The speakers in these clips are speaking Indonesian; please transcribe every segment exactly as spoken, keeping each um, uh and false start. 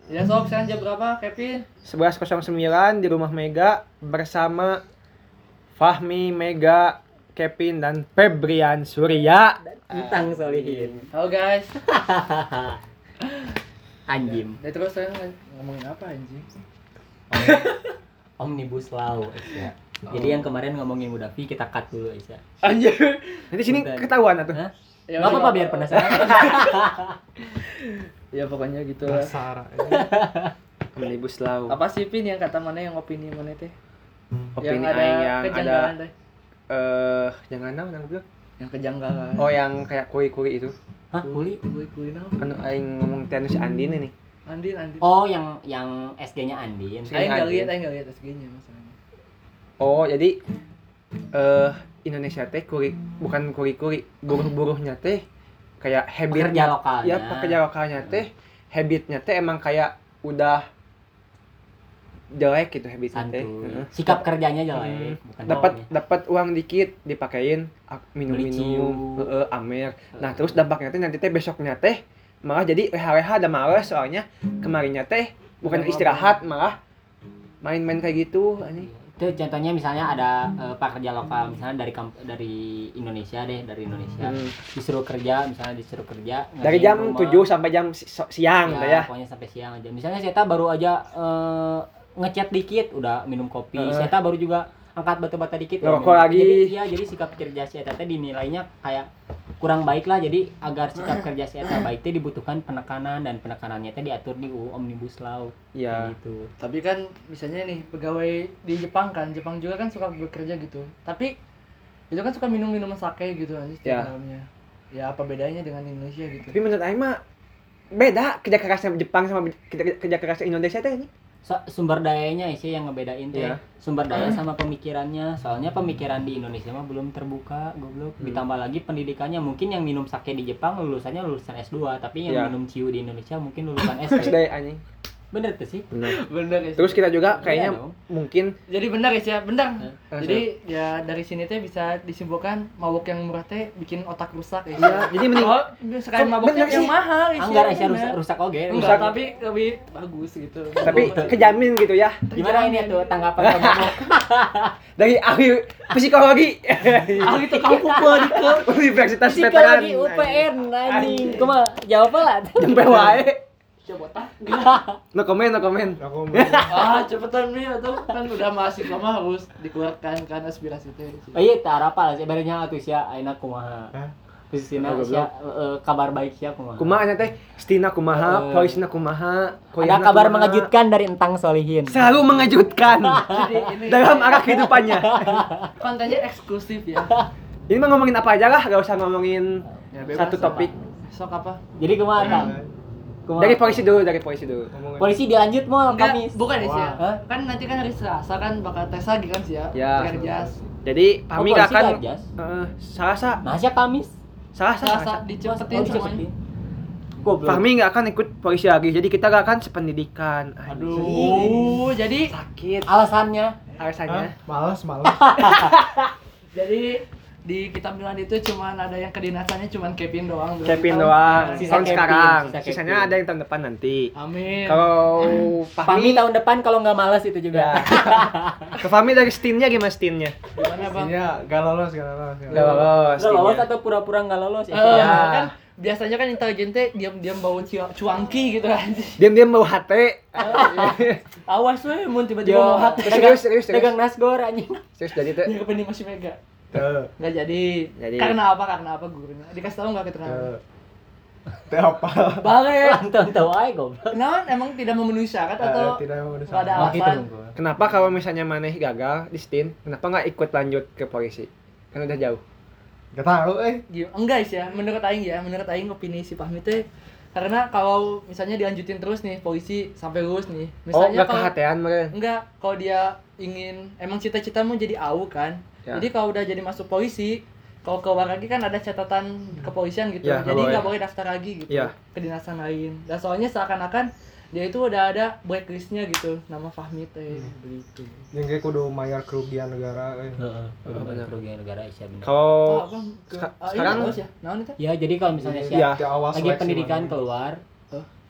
Ya sob, sekarang jam berapa Kevin? sebelas nol sembilan di rumah Mega bersama Fahmi, Mega, Kevin dan Febrian Surya. Tentang Solihin. Halo guys. Anjim. Ya terus saya ngomongin apa anjing? Omnibus Law, Isya. Jadi yang kemarin ngomongin Mudafi kita cut dulu, Isya. Anjir. Nanti sini Bentar. ketahuan atuh. Hah? Ya, Enggak apa-apa biar penasaran. Ya pokoknya gitu lah. Omnibus Law. Apa sih Pin yang kata mana yang opini mana teh? Opini Yang ada aing yang ada kejanggalan teh. eh jangan naon yang bilang. Yang kejanggalan. Oh, yang kayak kuri-kuri itu. Hah, kuli? Kuy-kuy naon? Anu aing ngomong teh si Andin ini. Andin, Andin. Oh, yang yang S G-nya Andin. Si- Aing enggak Andin. lihat, aing enggak lihat S G-nya masalahnya. Oh, jadi eh Indonesia teh kuri bukan kuri-kuri, buruh-buruhnya teh kayak habit Pekerja lokalnya. Ya, pekerja lokalnya teh habitnya teh emang kayak udah jelek gitu habitnya teh. Santuy. Heeh. Sikap kerjanya jelek, bukan Dapat maunya. dapat uang dikit dipakein ak- minum-minum, Beli heeh, amer. Nah, terus dampaknya teh nanti teh besoknya teh malah jadi leha-leha ada males soalnya kemarinnya teh bukan istirahat malah main-main kayak gitu anjing. Itu contohnya misalnya ada eh, pekerja lokal misalnya dari kamp- dari Indonesia deh, dari Indonesia. Hmm. Disuruh kerja, misalnya disuruh kerja Dari ngerjain jam rumah. tujuh sampai jam si- so- siang teh ya. Pokoknya sampai siang aja. Misalnya saya baru aja eh, ngechat dikit udah minum kopi. Heeh. Saya baru juga angkat batu-bata dikit Ngerokok minum kopi. lagi. Jadi iya, jadi sikap kerja saya teh dinilainya kayak kurang baik lah. Jadi agar sikap kerja saya teh baik teh dibutuhkan penekanan dan penekanannya teh diatur di U U Omnibus Law. Iya. Gitu. Tapi kan misalnya nih pegawai di Jepang kan, Jepang juga kan suka bekerja gitu. Tapi itu kan suka minum-minum sake gitu anjing Ya. setiap malamnya. Ya apa bedanya dengan Indonesia gitu? Tapi menurut aing mah beda kerja kerasnya Jepang sama kerja, kerja kerasnya Indonesia teh ini. So- sumber dayanya sih yang ngebedain teh. Iya. Sumber daya sama pemikirannya. Soalnya pemikiran di Indonesia mah belum terbuka, goblok. Hmm. Ditambah lagi pendidikannya mungkin yang minum sake di Jepang lulusannya lulusan S dua, tapi yang Iya. minum ciu di Indonesia mungkin lulusan S S D. D anjing. Bener tuh sih. Benar. Bener ya. Terus kita juga Iya kayaknya dong. mungkin Jadi benar ya, benar. Eh, Jadi ya dari sini teh bisa disimpulkan mabuk yang murah teh bikin otak rusak ya. Iya, jadi mending- oh, sekarang Kok mabuk bener yang sih? mahal ya. Anggar Aisyah rusak rusak oge. Enggak, rusak. tapi lebih bagus gitu. tapi kejamin gitu ya Gimana ini tuh tanggapan kamu? dari ahli psikologi ahli tukang pukul di ke Universitas Veteran Psikologi U P N anjing. Kumaha jawab lah. Jempe wae. coba No comment, no comment. ah cepetan nih tuh kan udah mahasiswa mah harus dikeluarkan kan aspirasi teh. Oh iya, teu apa lah sih barenya atuh sia ayeuna kumaha. Posisina Oh, sia eh, kabar baik sia kumaha. Kumaha nya teh? Stina kumaha, Eh. Polisina kumaha, Ada Koyana kabar kumaha. mengejutkan dari Entang Solihin. Selalu mengejutkan Jadi ini dalam arah kehidupannya. kontennya eksklusif ya. Ini mah ngomongin apa aja lah, gak usah ngomongin Ya, bebas satu lah, topik. Sok apa? Jadi kumaha Kang? Kumaha? Dari polisi dulu, dari polisi dulu. Polisi dilanjut mal Enggak, Kamis. bukan ya sih ya. Hah? Kan nanti kan hari Selasa kan bakal tes lagi kan sih ya. Ya. Pakai jas. Jadi Oh, kami polisi gak akan gak jas? eh, Salasa, Nah, sia Kamis. Salasa, Selasa Salasa. dicepetin Oh, semuanya. dicepetin. Goblok. Fahmi gak akan ikut polisi lagi, jadi kita gak akan sependidikan. Aduh, jadi Sakit Alasannya alasannya. Males, males. jadi di kitab bilang itu cuman ada yang kedinasannya cuman Kevin doang. Kevin Tahun doang, sekarang. Sisa tahun Kevin, sekarang. sisa Sisanya Kevin. ada yang tahun depan nanti. Amin. Kalau Fahmi Fahmi, tahun depan kalau nggak malas itu juga. ya. Ke Fahmi dari Steam-nya gimana Steam-nya? Gimana bang? Iya, gak lolos, gak lolos. Gak lolos Nggak lolos Steam-nya. atau pura-pura nggak lolos ya? Eh, Ya. kan biasanya kan intelijen teh diam-diam bawa cu- cuangki gitu anjing. Diam-diam mau H T. Awas we mun tiba-tiba Yo, mau hati Serius, serius, serius. dagang nasgor anjing. Serius jadi tuh. ini kepening masih mega. Tuh, Enggak jadi. Jadi. Karena apa? Karena apa gurunya? Dikasih tahu enggak keterangan? tuh. Teh apa? Balik. Lantung tahu aja goblok. Kenapa emang tidak memenuhi syarat atau Eh, tidak memenuhi nggak ada syarat. Oh, gitu, alasan? Bung. Kenapa kalau misalnya maneh gagal di Steam, kenapa nggak ikut lanjut ke polisi? Kan udah jauh. Gak tahu, eh. Gi- Enggak sih ya, menurut aing ya, menurut aing opini si Fahmi teh karena kalau misalnya dilanjutin terus nih polisi sampai lulus nih. Oh, Misalnya nggak kalau kehatean meren. enggak kalau dia ingin emang cita-cita mau jadi A U kan. Ya. Jadi kalau udah jadi masuk polisi, kalau keluar lagi kan ada catatan kepolisian gitu. Ya, Jadi nggak nggak boleh. boleh daftar lagi gitu Ya. ke dinasan lain. Dan soalnya seakan-akan dia itu udah ada blacklistnya gitu nama Fahmi teh begitu. Yang kayak kudu mayar kerugian negara, eh. Heeh. Oh, benar. Kerugian negara Asia benar. Kalau Ah, Bang, ke, seka- ah, sekarang ini terus ya. Naon itu? Ya, jadi kalau misalnya Iya. siap Di awal lagi seleksi pendidikan mana. keluar, Oh.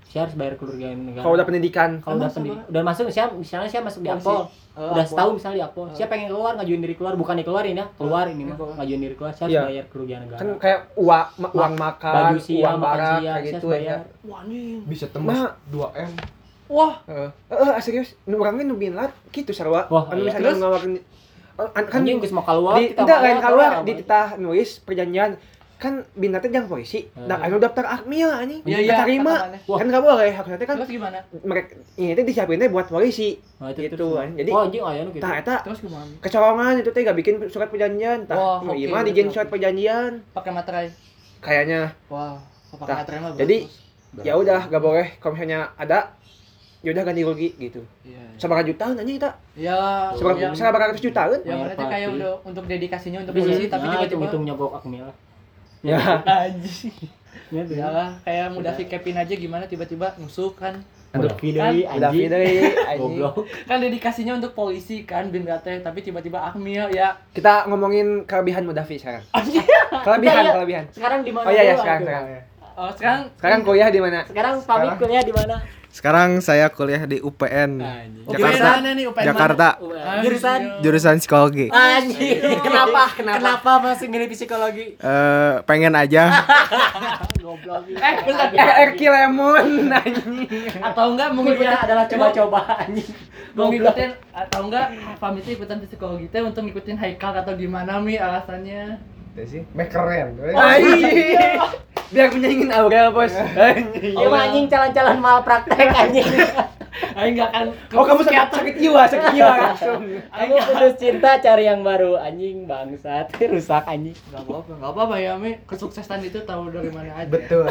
Saya harus bayar kerugian negara. Kalau udah pendidikan. kalau udah Masuk, pendidik, udah masuk saya misalnya saya masuk di Polisi. Akpol. Eh, Udah Akpol. setahun misalnya di Akpol. Saya pengen keluar ngajuin diri keluar, bukan dikeluarin ya. Keluar ini mah Keluar. ngajuin diri keluar, saya harus Iya. bayar kerugian negara. Kan kayak uang ma- uang makan, baju siang, uang makan barak siang, kayak saya gitu harus ya. bayar. Wah anjing. Bisa tembus Nah. dua M. Wah, Heeh. Heeh, serius. Nu urang ge nu binlat kitu sarua. Wah, Anu iya. misalnya Terus? ngawakeun kan kan Anjing geus mau keluar di kita enggak bayar, lain keluar bayar, di bayar. titah nulis perjanjian kan binatnya jangan polisi. Nah, Hmm. anu daftar akmil anjing. Iya, iya, Terima. kata mana. Wah. Kan enggak boleh harusnya teh kan terus gimana? mereka ini teh disiapinnya buat polisi. Nah, itu Gitu, terus. anjing. Jadi oh anjing aya nu gitu. tah eta Terus gimana? kecolongan itu teh gak bikin surat perjanjian. Tah, Wah, nu oke, ieu mah oke, dijieun oke. surat perjanjian Pakai materai. kayaknya. Wah, pakai Tah, materai mah jadi, bagus. Ya udah gak boleh kalau misalnya ada ya udah ganti rugi gitu. Iya. Sabar jutaan anjing eta. Ya, Sabar yang- sabar ratus jutaan. Ya Bayar berarti kayak pasti. udah untuk dedikasinya untuk Tapi polisi tapi tiba-tiba hitung nyogok akmil. Ya. anjing. Ya, Ya lah, kayak mudah Kevin aja gimana tiba-tiba nusuk kan. Udah Kan? deui Udah anjing. video anjing. Goblok. Kan dedikasinya untuk polisi kan bin teh tapi tiba-tiba Akmil ya. Kita ngomongin kelebihan Mudafi sekarang. Anjing. Kelebihan, Kita ya- kelebihan. Sekarang di mana? Oh iya ya dulu, sekarang Aduh. sekarang. Oh, sekarang Sekarang kuliah di mana? Sekarang pamit kuliah di mana? Sekarang saya kuliah di U P N. Anjing. U P N Jakarta. mana nih? U P N Jakarta. mana? Jurusan Jurusan psikologi. anjing. Kenapa? Kenapa? Kenapa masih milih psikologi? Eh, pengen aja. Goblok. Eh, bentar. Eh, Erki Lemon anjing. Atau enggak mau Kuliah ngikutin adalah coba-coba anjing. mau ngikutin atau enggak pamit ikutan psikologi teh untuk ngikutin Haikal atau gimana mi alasannya? Itu sih. Mek keren. Anjing. Biar menyaingin Aurel, Bos. Anjing. Iya mah anjing calon-calon malpraktek anjing. Aing enggak akan Oh, kamu sakit sakit jiwa, sakit jiwa langsung. Kamu putus cinta cari yang baru anjing bangsat rusak anjing. Enggak apa-apa, enggak apa-apa ya mi. Kesuksesan itu tahu dari mana aja. Betul.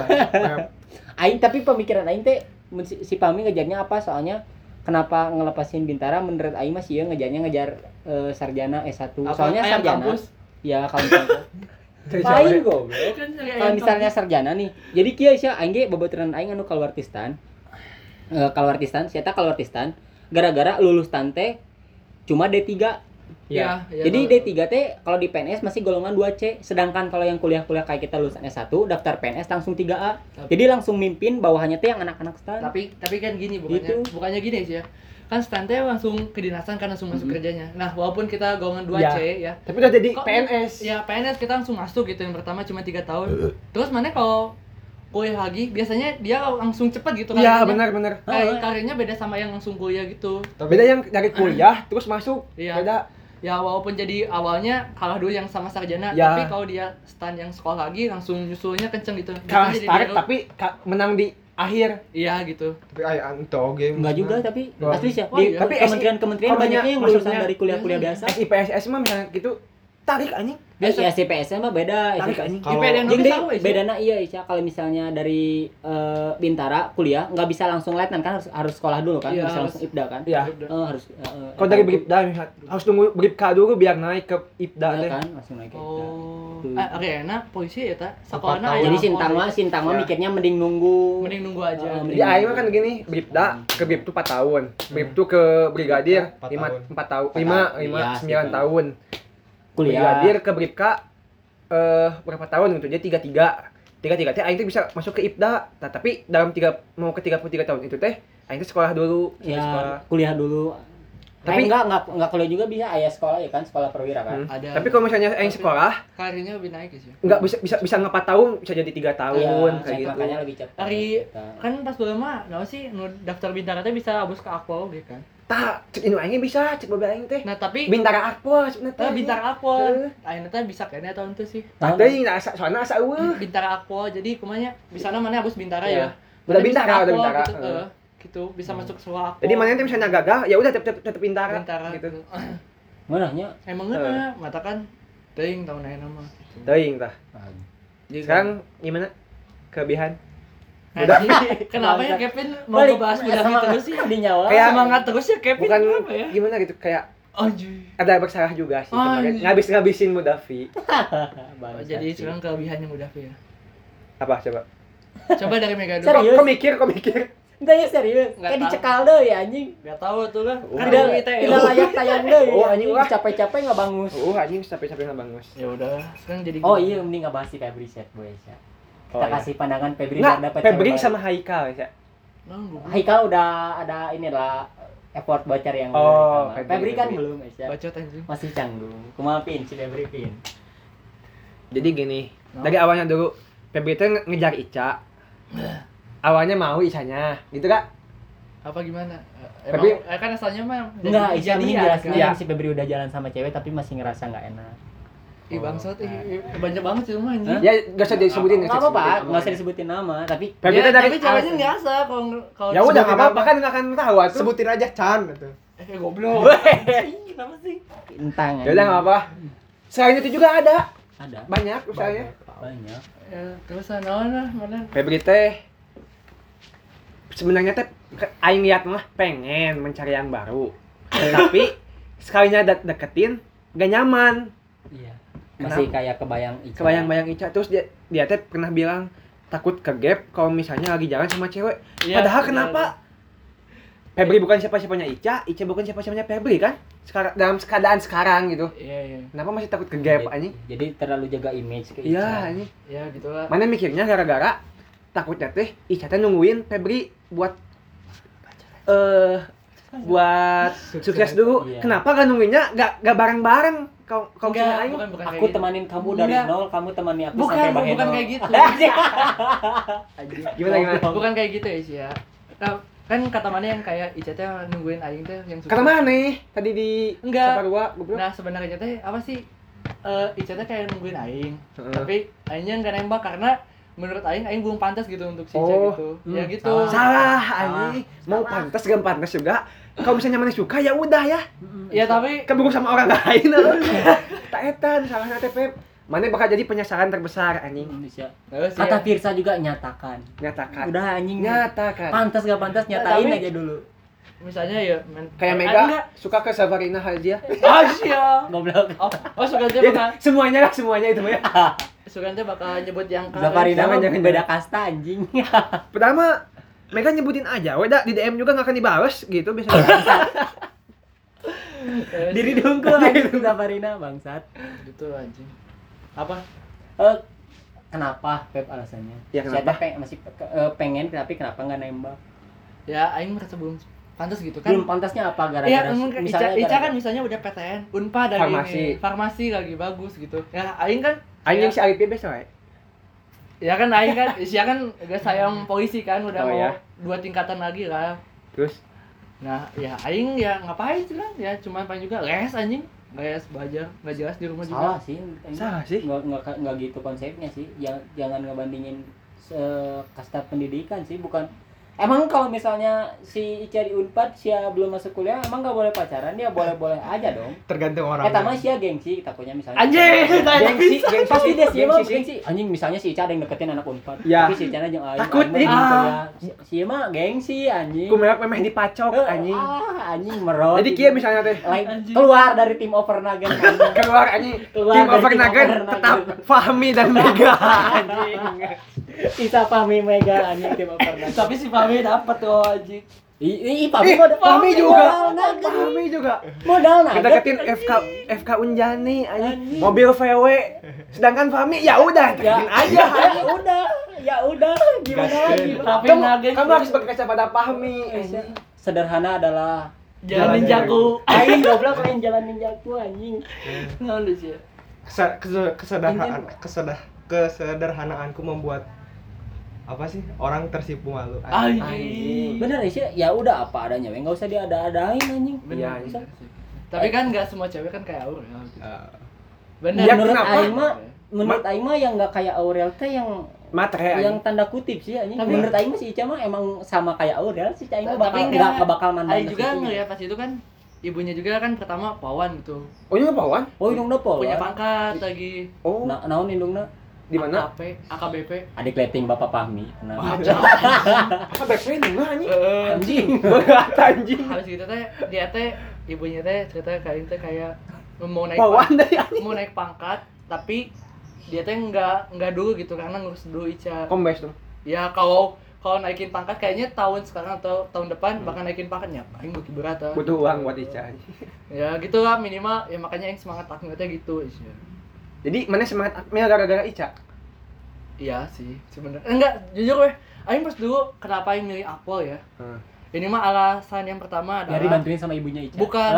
Aing tapi pemikiran aing teh mun si, si Pami ngejarnya apa soalnya kenapa ngelepasin Bintara menurut aing mah sih ngejarnya ngejar eh, sarjana S satu. Apa, Soalnya ayam sarjana. kampus? Ya kalau misalnya Cari lain cewek. goblok. Kan cari Kalau ayam misalnya sarjana nih. Jadi kieu sia aing ge babaturan aing anu kaluartistan. Eh kaluartistan, sia teh kaluartistan gara-gara lulus tante cuma D tiga. Ya, ya, Jadi tahu. D tiga T kalau di P N S masih golongan dua C, sedangkan kalau yang kuliah-kuliah kayak kita lulusan S satu daftar P N S langsung tiga A. Tapi- Jadi langsung mimpin bawahannya teh yang anak-anak stan. tapi tapi kan gini bukannya Gitu. bukannya gini sih ya. Kan stand langsung kedinasan kan langsung masuk Mhm. kerjanya. Nah, walaupun kita golongan dua Ya. C ya. Tapi udah jadi Kok- P N S. Ya, P N S kita langsung masuk gitu yang pertama cuma tiga tahun. Terus mana kalau kuliah lagi biasanya dia langsung cepet gitu Iya, karirnya. benar benar. Kayak karirnya beda sama yang langsung kuliah gitu. Beda yang dari kuliah terus masuk. Iya. Beda. Ya walaupun jadi awalnya kalah dulu yang sama sarjana, Ya. tapi kalau dia stand yang sekolah lagi langsung nyusulnya kenceng gitu. Kalah Biasanya jadi start dia- tapi ka- menang di akhir. iya gitu. Tapi aya anu game. Enggak juga tapi Wah. asli sih. Oh, Di iya. tapi Tapi kementerian-kementerian kalau banyaknya hanya yang lulusan maksudnya- dari kuliah-kuliah biasa. S I P S S mah misalnya gitu tarik anjing. Biasa ya S P S mah beda. Tarik S P S. anjing. Kalau- I P D Jeung Indonesia deui sama, Isya. bedana iya Isya kalau misalnya dari eh, Bintara kuliah nggak bisa langsung letnan kan harus harus sekolah dulu kan, Iya, bisa harus. langsung Ibda kan. Iya. Eh, harus eh, Kalau dari Bribda misalnya harus tunggu Bribka dulu biar naik ke Ibda iya teh. kan langsung naik ke Ibda. Oh, Tuh. ah, Arena polisi ya ta? Empat Sekolahnya tahun. aya Jadi apa, Sintang mah ya? Sintang mah Ya. mikirnya mending nunggu. Mending nunggu aja. Eh, Di aing mah kan gini, Bribda ke Brib tuh empat tahun. Brib tuh ke Brigadir Empat lima tahun. empat tahun, Empat lima tahun. lima Iya, sembilan gitu. tahun. kuliah. Brigadir ke Bribka eh berapa tahun gitu. Jadi tiga tiga. tiga tiga teh aing teh bisa masuk ke Ibda. Nah, tapi dalam tiga mau ke tiga puluh tiga tahun itu teh aing teh sekolah dulu, Ya, sekolah. kuliah dulu. Tapi- Tapi enggak enggak enggak kuliah juga bisa ayah sekolah ya kan, sekolah perwira kan. Hmm. Ada. Tapi kalau misalnya aing Tapi- sekolah karirnya lebih naik sih. enggak bisa bisa bisa empat tahun, bisa jadi tiga tahun Iya, kayak saya gitu. makanya lebih cepat. Hari- Gitu. Kan pas dulu mah enggak sih nu daftar Bintara teh bisa abus ke Akpol gitu kan. Tah, cek inu aing bisa, cek babe aing teh. Nah, tapi Bintara Aqua sebenarnya teh. eh, Bintara Akpol. Heeh. Ayeuna teh bisa kayaknya tahun itu sih. Tah teuing nah asa soalna asa eueuh. Bintara Akpol. Jadi kumanya bisa mana abus Bintara Iya. ya. Udah Mana bisa Bintara, udah Akpol Bintara. Gitu, Heeh. eh, gitu bisa masuk ke sekolah Akpol. Jadi mana teh misalnya gagal, ya udah tetep tetep, tetep Bintara, Bintara gitu. Mana nya? Emang ngena, mata kan teuing tahun ayeuna mah. Teuing tah. Jadi Sekarang gimana? Kelebihan? Udah. Kenapa ya Kevin mau Balik, ngebahas eh, udah semangat. terus sih? Di nyawa. Kayak- Semangat terus ya Kevin Bukan kenapa ya? gimana gitu kayak Anjir. ada bersalah juga sih kemarin. Anjir. Ngabis-ngabisin Mudafi. Oh, jadi sekarang kelebihannya mudah ya. Apa coba? Coba dari Megadon. Serius? Kok, kok mikir, kok mikir? Enggak ya serius. Nggak Kayak tahu. dicekal deh ya anjing. Gak tahu tuh lah. Oh. Kan Tidak dari kita ya. tidak layak tayang deh. Oh, anjing, wah. Capek-capek enggak bangus. Uh, anjing capek-capek nggak bangus. Ya udah, sekarang jadi Oh iya, mending nggak bahas si Febri set boys ya. Oh, Kita iya. kasih pandangan Febri Nggak, biar dapat Febri cewek sama Haikal ya. Nanggung. Haikal udah ada inilah effort buat cari yang Oh, bener. Febri, Febri kan Febri. belum Aisyah. Bacot anjing. Masih canggung. Kumaha Pin si Febri Pin. Jadi gini, No. dari awalnya dulu Febri itu nge- ngejar Ica. Awalnya mau Icanya, gitu gak? Apa gimana? Eh, Tapi- Emang, eh, kan asalnya mah Enggak, jadi Aisyah ini jadian, jelasnya kan? Iya. yang si Febri udah jalan sama cewek tapi masih ngerasa enggak enak. Ih bangsat, ih, ih, banyak banget sih rumah anjing. Hah? Ya gak usah disebutin, Enggak usah apa-apa, disebutin. enggak usah disebutin nama, tapi Febri Ya, itu dari tapi ceweknya biasa kalau kalau Ya udah Sebutin enggak apa-apa apa? kan enggak akan tahu atuh. Sebutin aja Chan gitu. eh goblok. Anjing, kenapa sih? entang. Ya udah enggak apa. Selain itu juga ada Ada. banyak misalnya. Banyak. Ya, terus naon lah, mana? Febri teh sebenarnya teh ke- aing lihat mah pengen mencari yang baru. Tapi sekalinya de- deketin gak nyaman. Iya. Masih kayak kebayang Ica. Kebayang-bayang Ica terus dia dia teh pernah bilang takut ke gap kalau misalnya lagi jalan sama cewek. Iya, Padahal iya, kenapa? Febri bukan siapa-siapanya Ica, Ica bukan siapa-siapanya Febri kan? Sekarang dalam keadaan sekarang gitu. Iya, iya. Kenapa masih takut ke gap anjing? Jadi terlalu jaga image ke Ica. Iya anjing. Ya gitulah. Mana mikirnya gara-gara takutnya teh Ica teh nungguin Febri buat eh buat sukses, dulu. Iya. Kenapa gak nungguinnya gak gak bareng-bareng? Kau kau Enggak, misalnya aing bukan bukan Aku kayak gitu. temanin kamu dari Enggak. nol, kamu temani aku Bukan, sampai bukan Baheno. kayak gitu. Anjing. Gimana, gimana? Bukan kayak gitu ya sih ya. Ka- Kan kata mana yang kayak Ica teh nungguin aing teh yang sukses. Kata mana nih? Tadi di Enggak. Saparua, goblok. Nah, sebenarnya teh apa sih? Eh Ica teh kayak nungguin aing. Heeh. Tapi aingnya enggak nembak karena menurut aing aing belum pantas gitu untuk si Ica Oh. gitu. Hmm, Ya gitu. Salah anjing. Mau pantas gak pantas juga. Kalau misalnya mana suka ya udah ya. Ya tapi Keburu sama orang lain. Tak etan salahnya teh Feb. Mana bakal jadi penyesalan terbesar anjing. Indonesia. Terus Kata ya, Firsa juga nyatakan. Nyatakan. Udah anjing. Nyatakan. Pantas gak pantas nyatain Tapi- aja dulu. misalnya ya men- Kayak Ah, Mega enggak. suka ke Savarina aja. Ah, sia. Goblok. Oh, oh suka dia Ya, bakal semuanya lah semuanya itu ya. suka dia bakal nyebut yang Zafarina jangan, mah jangan, beda kasta anjing. Padahal mah Mega nyebutin aja, weda di D M juga gak akan dibales gitu biasanya. Diri dongkol anjing Zafarina bangsat. gitu anjing. Apa? Eh kenapa Pep alasannya? Ya, Saya kenapa? peng- masih pe- eh, pengen tapi kenapa nggak nembak? Ya aing merasa belum pantas gitu kan. Belum pantasnya apa gara-gara Iya, emang Ica, misalnya Ica kan gara-gara- misalnya udah P T N, Unpad dari Farmasi. ini, farmasi lagi bagus gitu. Ya aing kan Aing ya, yang si Alipia biasa wae. ya kan aing kan Isia kan gak sayang polisi kan udah Oh, mau ya. dua tingkatan lagi lah. Terus Nah, ya aing ya ngapain sih kan? Ya cuman paling juga les anjing. Les belajar, nggak jelas di rumah juga. salah sih. Salah sih. Nggak nggak nggak gitu konsepnya sih. Jangan jangan ngebandingin se- kasta pendidikan sih, bukan. Emang kalau misalnya si Ica di Unpad sia belum masuk kuliah, emang nggak boleh pacaran, dia boleh-boleh aja dong. Tergantung orang. Eh tamah sia gengsi, takutnya misalnya. Anjing, gengsi, gengsi Pasti sih, dia sih mah gengsi sih. gengsi. Anjing misalnya si Ica ada yang deketin anak Unpad, Ya. tapi si Ica jeung aing. Takut, aing mah ih. belum Ah. kuliah. Si- Si mah gengsi anjing. ku melek memeh dipacok Eh, anjing. Ah, anjing merot. Jadi kieu misalnya teh Lain- Anjing. keluar dari tim Overnagen anjing. keluar anjing Keluar tim dari tim Overnagen Overnagen. tetap Fahmi dan Mega anjing. Isa Fahmi Mega anjing tim Overnagen. Tapi si Fahmi dapat tuh anjing. Ih, ih, Fahmi Eh, modal Fahmi juga. modal nugget. Fahmi juga. Modal nugget. Kita deketin F K F K Unjani anjing. Mobil V W. Sedangkan Fahmi ya udah Ya deketin aja. ya udah, ya udah gimana lagi? Tapi Kamu, nugget kamu harus berkaca pada Fahmi. anjing. Sederhana adalah Jalan ninjaku. aing goblok main jalan ninjaku anjing. Nah, udah sih. Kesa- kese- kesederhanaan kesedah kesederhanaanku membuat apa sih orang tersipu malu. Anjing. Bener sih, ya udah apa adanya, we enggak usah diada-adain anjing. Bener, Iya, bener sih. Tapi kan nggak semua cewek kan kayak Aurel gitu. Eh, Bener. Ya, menurut kenapa? aing mah menurut aing mah yang enggak kayak Aurel teh yang Matre yang anjing. tanda kutip sih anjing. Tapi- Menurut aing mah si Ica mah emang sama kayak Aurel sih, aing mah Tapi bakal enggak. enggak bakal mandang Aing ke juga situnya. ngeliat pas itu kan ibunya juga kan pertama pawan gitu. Oh, ini pawan? Oh, indung dapol. Punya pangkat lagi. Oh, Nah, naon indungna? di mana? A K P, A K B P. Adik leting Bapak Fahmi. Nah, Apa background enggak anjing? Eh, anjing. Berat anjing. habis gitu teh dia teh ibunya teh cerita kayak teh kayak mau naik Pawan pang- dari anjing. mau naik pangkat tapi dia teh nggak nggak dulu gitu karena ngurus dulu Ica. Kombes dong. Ya kalau kalau naikin pangkat kayaknya tahun sekarang atau tahun depan bakal naikin pangkatnya. Aing bagi berat ah. Butuh uang buat Ica. Ya gitu lah minimal ya makanya yang semangat akmilnya gitu Ica. Jadi mana semangat Akmil gara-gara Ica? Iya sih sebenarnya. Enggak, jujur weh. aing pas dulu kenapa aing milih Apple ya? Hmm. Ini mah alasan yang pertama Biar adalah dibantuin sama ibunya Ica. bukan,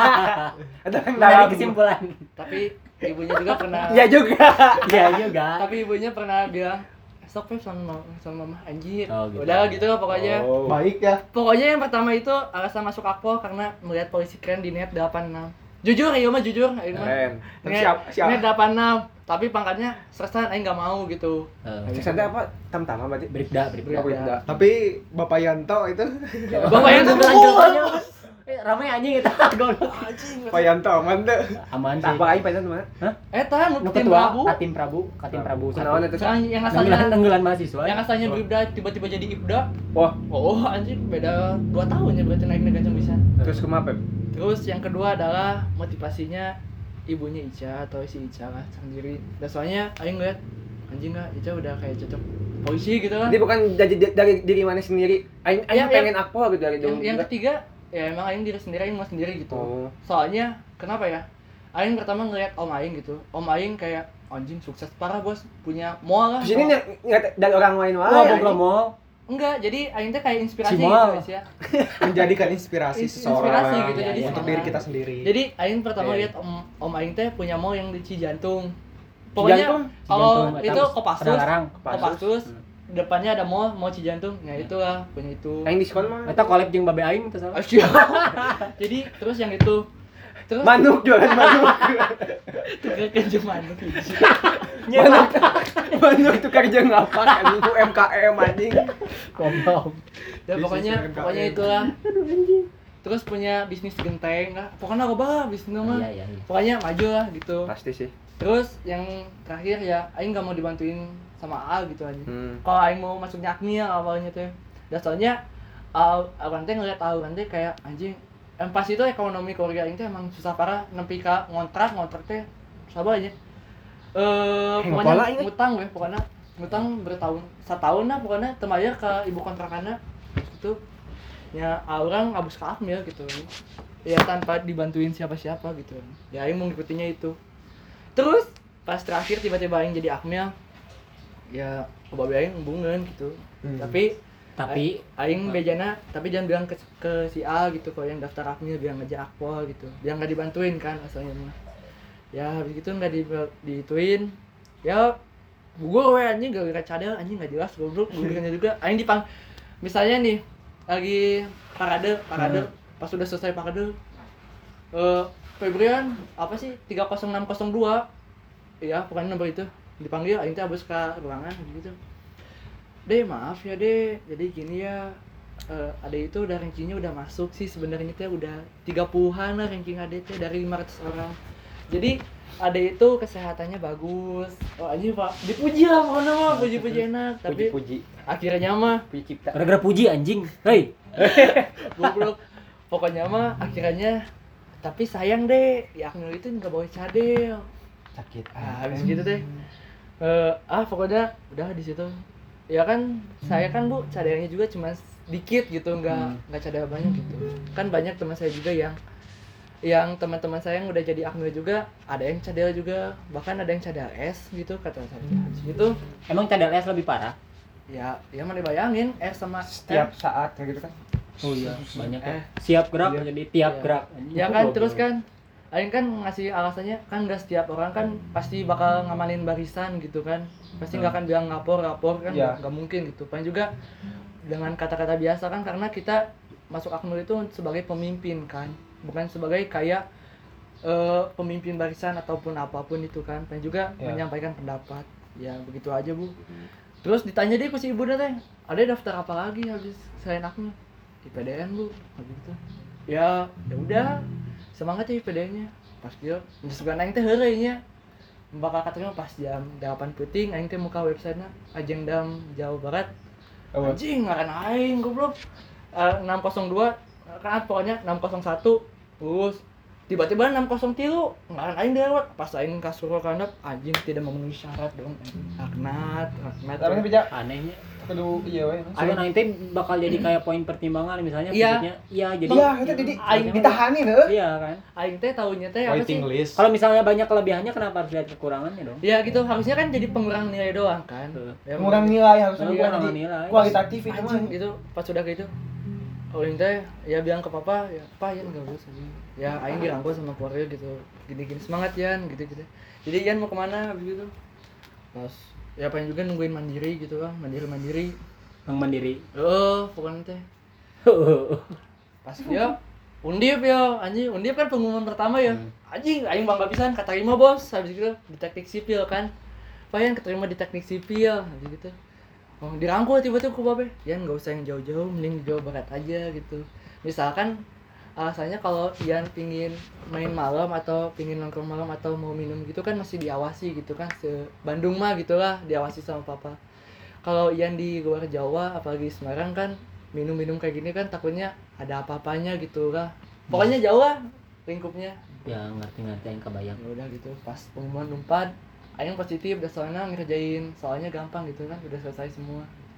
Ada yang Dari dalam. kesimpulan. tapi ibunya juga pernah Iya juga. Iya juga. tapi ibunya pernah bilang sok Pep sama mama, sama mama anjir. Oh, gitu. Udah gitu lah pokoknya. Oh. Baik ya. Pokoknya yang pertama itu alasan masuk Akpol karena melihat polisi keren di net delapan enam. Jujur, ya mah jujur, aing mah. Keren. Tapi Net, siap, siap. net delapan enam, tapi pangkatnya sersan aing enggak mau gitu. Eh, Seksanya apa? Tam-tama berarti. Bribda, bribda. Oh, Bribda. Tapi Bapak Yanto itu Bapak yang Lanjut, tunggu. lanjut. Eh, ramai anjing kita goblok. Pak Yanto aman deh. Aman sih. Tak apa aing pasan mana? Eh, tah Nu nu tim ketua Prabu. Katim Prabu, Katim Prabu. Kenaon eta? Sekarang yang Tenggelan, asalnya tenggelan mahasiswa. yang asalnya Bribda tiba-tiba jadi Ibda. Wah, Oh, anjing beda dua tahun ya berarti naik gancang bisa. terus kumaha Pep? Terus yang kedua adalah motivasinya ibunya Ica atau si Ica lah sendiri. Dan soalnya aing ngeliat anjing enggak Ica udah kayak cocok polisi gitu kan. Jadi bukan dari dari diri mana sendiri. Aing aing Ya, pengen Akpol gitu dari Yang, dulu. yang juga. ketiga ya emang aing diri sendiri aing mau sendiri gitu. Oh. Soalnya kenapa ya? Aing pertama ngeliat om aing gitu. Om aing kayak anjing sukses parah bos, punya mall lah. Terus ini mall. ny- nggak dari orang lain wae. Wah, anjing. boga mall. Enggak, jadi aing teh kayak inspirasi Si gitu mall. guys ya. Menjadikan inspirasi Ins- seseorang inspirasi gitu, jadi untuk semangat. diri kita sendiri. Jadi aing pertama Oke. lihat om om aing teh punya mall yang di Cijantung. Pokoknya Cijantung? kalau Cijantung, itu Batam, Kopassus, Padalarang. Kopassus, depannya ada mall, mall Cijantung. Ya itulah, punya itu. Aing diskon mah. Eta collab jeung babe aing teh salah. Asyik. Jadi terus yang itu terus Manuk jualan manuk. tukar kerja manuk. Manuk. Manuk tukar jeung apa anjing U M K M anjing. Goblok. Ya pokoknya Bisnis pokoknya U M K M. itulah. Terus punya bisnis genteng lah. Pokoknya apa lah bisnis mah. Iya, iya, iya. Pokoknya maju lah gitu. Pasti sih. Terus yang terakhir ya aing enggak mau dibantuin sama A gitu aja. Hmm. Kalau aing mau masuknya Akmil awalnya teh. Dan soalnya Al Awan teh ngeliat Al teh kayak anjing. Yang pas itu ekonomi keluarga aing teh emang susah parah nepi ka ngontrak, ngontrak teh sabar aja. Eh Heng, pokoknya pola ini. ngutang we pokoknya ngutang bertahun setahun lah pokoknya temayar ke ibu kontrakannya gitu. Ya orang ngabus ke Akmil gitu. Ya tanpa dibantuin siapa-siapa gitu. Ya aing mau ngikutinya itu. Terus pas terakhir tiba-tiba aing jadi Akmil. Ya babe aing hubungan gitu. Hmm. Tapi Tapi aing bejana tapi jangan bilang ke, ke si A gitu kalau yang daftar Akmil bilang aja Akpol gitu. Biar enggak dibantuin kan asalnya mah. Ya habis gitu enggak di diituin. Ya gugur we anjing gara-gara cadel anjing enggak jelas goblok gugurnya juga. Aing dipang misalnya nih lagi parade, parade pas sudah selesai parade eh Febrian apa sih tiga nol enam nol dua. Iya, pokoknya nomor itu dipanggil aing teh habis ke ruangan gitu. Deh maaf ya deh, jadi gini ya uh, Ade itu udah rankingnya udah masuk sih sebenarnya teh udah tiga puluhan lah ranking Ade teh dari lima ratus orang. Jadi Ade itu kesehatannya bagus. Oh anjing Pak, dipuji lah pokoknya mah, puji-puji enak. Tapi Puji-puji. akhirnya mah Puji cipta. gara-gara puji anjing. Hei. goblok. Pokoknya mah akhirnya tapi sayang deh, ya Akmil itu nggak bawa cadel. Sakit. Ah, habis gitu deh. Eh, ah pokoknya udah di situ. Ya kan saya kan Bu cadelnya juga cuma dikit gitu, nggak nggak cadel banyak gitu. Kan banyak teman saya juga yang yang teman-teman saya yang udah jadi Akmil juga ada yang cadel juga, bahkan ada yang cadel S gitu kata saya. Itu Emang cadel S lebih parah? ya ya mana bayangin S sama Setiap saat kayak gitu kan. Oh iya, banyak ya. Eh. Siap gerak Iya. jadi tiap Iya. gerak. Anjing. Ya kan Goblok. terus kan Aing kan ngasih alasannya kan nggak setiap orang kan pasti bakal ngamalin barisan gitu kan, pasti nggak akan bilang ngapor rapor kan Iya. nggak mungkin gitu. Paling juga dengan kata-kata biasa kan karena kita masuk Akmil itu sebagai pemimpin kan, bukan sebagai kayak eh, pemimpin barisan ataupun apapun itu kan. Paling juga Iya. menyampaikan pendapat. Ya begitu aja Bu. Terus ditanya deh ke si ibu teh, ada daftar apa lagi habis selain Akmil? I P D N Bu, gitu. Ya, ya udah, semangat ya I P D N-nya. Pas dia, suka aing teh heureuy nya. Bakal katanya pas jam delapan puting aing teh muka websitenya Ajengdam Jawa Barat. Oh. Anjing ngaran aing goblok. Eh, enam nol dua kan pokoknya enam nol satu terus tiba-tiba enam nol tiga ngaran aing lewat pas aing kasur kanap anjing tidak memenuhi syarat dong. Aknat, aknat. Tapi bijak. Anehnya. kudu iya we. Soalnya nanti bakal jadi kayak poin pertimbangan misalnya Iya. fisiknya. Iya, jadi Iya, itu jadi Aing ditahanin heuh. Iya kan. Aing teh tahunya teh apa sih? Waiting list. Kalau misalnya banyak kelebihannya kenapa harus lihat kekurangannya dong? Ya gitu, harusnya kan jadi pengurang nilai doang kan. Tuh. Ya, Kurang nilai harusnya Kurang bukan jadi nilai. kualitatif itu mah. anjing gitu pas udah gitu. Aing teh ya bilang ke papa, ya apa Yan enggak lulus anjing. Ya Aing dirangkul sama keluarga gitu. Gini-gini semangat Yan gitu-gitu. Jadi Yan mau kemana habis gitu. Pas ya pengen juga nungguin mandiri gitu kan, mandiri-mandiri. Bang Mandiri. Oh, pokoknya teh. Pas dia undip ya, anjing undip kan pengumuman pertama ya. Anjing aing bangga pisan katarima bos, habis gitu di teknik sipil kan. Payan keterima di teknik sipil, habis gitu. Oh, dirangkul tiba-tiba ke babe. Yan enggak usah yang jauh-jauh, mending di Jawa Barat aja gitu. Misalkan alasannya kalau Yan pingin main malam atau pingin nongkrong malam atau mau minum gitu kan masih diawasi gitu kan. Se Bandung mah gitulah diawasi sama papa. Kalau Ian di luar Jawa apalagi Semarang kan minum-minum kayak gini kan takutnya ada apa-apanya gitu lah. Pokoknya jauh lah lingkupnya. Ya ngerti-ngerti yang kebayang. Ya udah gitu pas pengumuman Unpad aing positif udah soalnya ngerjain soalnya gampang gitu kan udah selesai semua.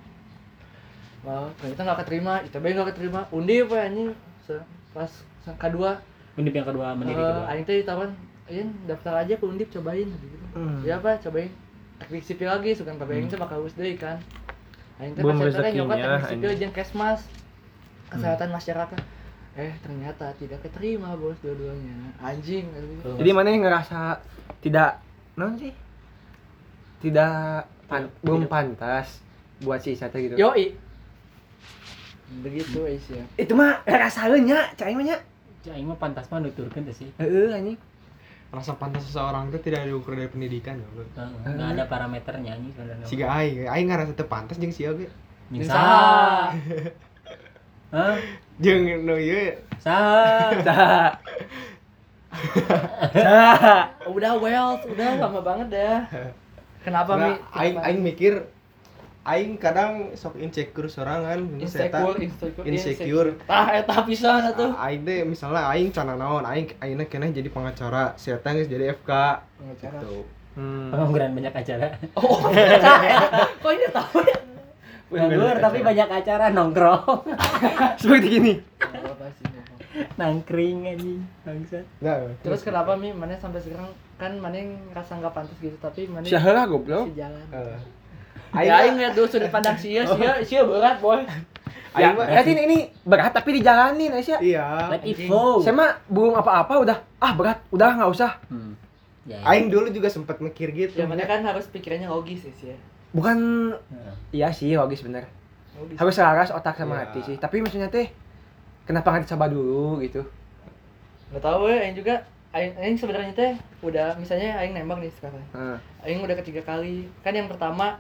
Wah, ternyata nggak keterima, I T B nggak keterima, Undip apa anjing. Se- Pas kedua Undip yang kedua Mandiri eh, kedua. aing teh ditawarin, "Ian daftar aja ke Undip cobain." gitu. Hmm. Ya apa cobain teknik sipil lagi sukan tapi aing teh bakal lulus deui kan. Aing teh Belum pas eta teh rezekinya, nyoba teknik sipil anjing. jeung Kesmas. Kesehatan masyarakat. Eh ternyata tidak keterima bos dua-duanya. Anjing. Oh. Jadi mana yang ngerasa tidak non sih? Tidak pan, belum pantas buat si Isa teh gitu. Yoi. Begitu Aisyah. Itu mah ngerasaeun nya, cai mah nya. Ya aing mah pantas mah nuturkeun teh sih. Heeh anjing. Rasa pantas seseorang itu tidak diukur dari pendidikan ya, Bro. Enggak ada parameternya anjing sebenarnya. Siga aing, aing ngarasa teu pantas jeung sia ge. Jeung Saha? saha? Hah? Jeung nu ieu Saha? Tah. Tah. Udah well, udah lama banget dah. Kenapa Mi? Nah, aing aing mikir aing kadang sok insecure sorangan, insecure, insecure, insecure. Tah eta pisan atuh. A- Aing deh misalnya aing cana naon, aing aingna keneh jadi pengacara, sia teh geus jadi F K. Pengacara. Gitu. Hmm. Pengangguran banyak acara. Oh, kok ini tahu ya? Nganggur tapi banyak acara nongkrong. Seperti gini. Nggak apa-apa sih, nggak apa-apa. Nangkring anjing. Bangsat. Nah, Terus kenapa Mi? Mana sampai sekarang kan mana ngerasa nggak pantas gitu tapi mana Saha goblok. masih jalan. eh, Aing ya, aing lihat dulu sudut pandang sia, sia, sia berat boy. Ya, Aing mah- berarti ini, ini berat tapi dijalanin Aisyah. iya. Let it Anjing. flow. Saya mah belum apa-apa udah ah berat, udah nggak usah. Hmm. Ya, ya. Aing dulu juga sempat mikir gitu. Ya mana kan harus pikirannya logis ya sia. Bukan Heeh. iya sih logis bener. Logis. Harus selaras otak sama Iya. hati sih. Tapi maksudnya teh kenapa nggak dicoba dulu gitu? Nggak tahu ya, aing juga aing aing sebenarnya teh udah misalnya aing nembak nih sekarang. Heeh. Aing udah ketiga kali. Kan yang pertama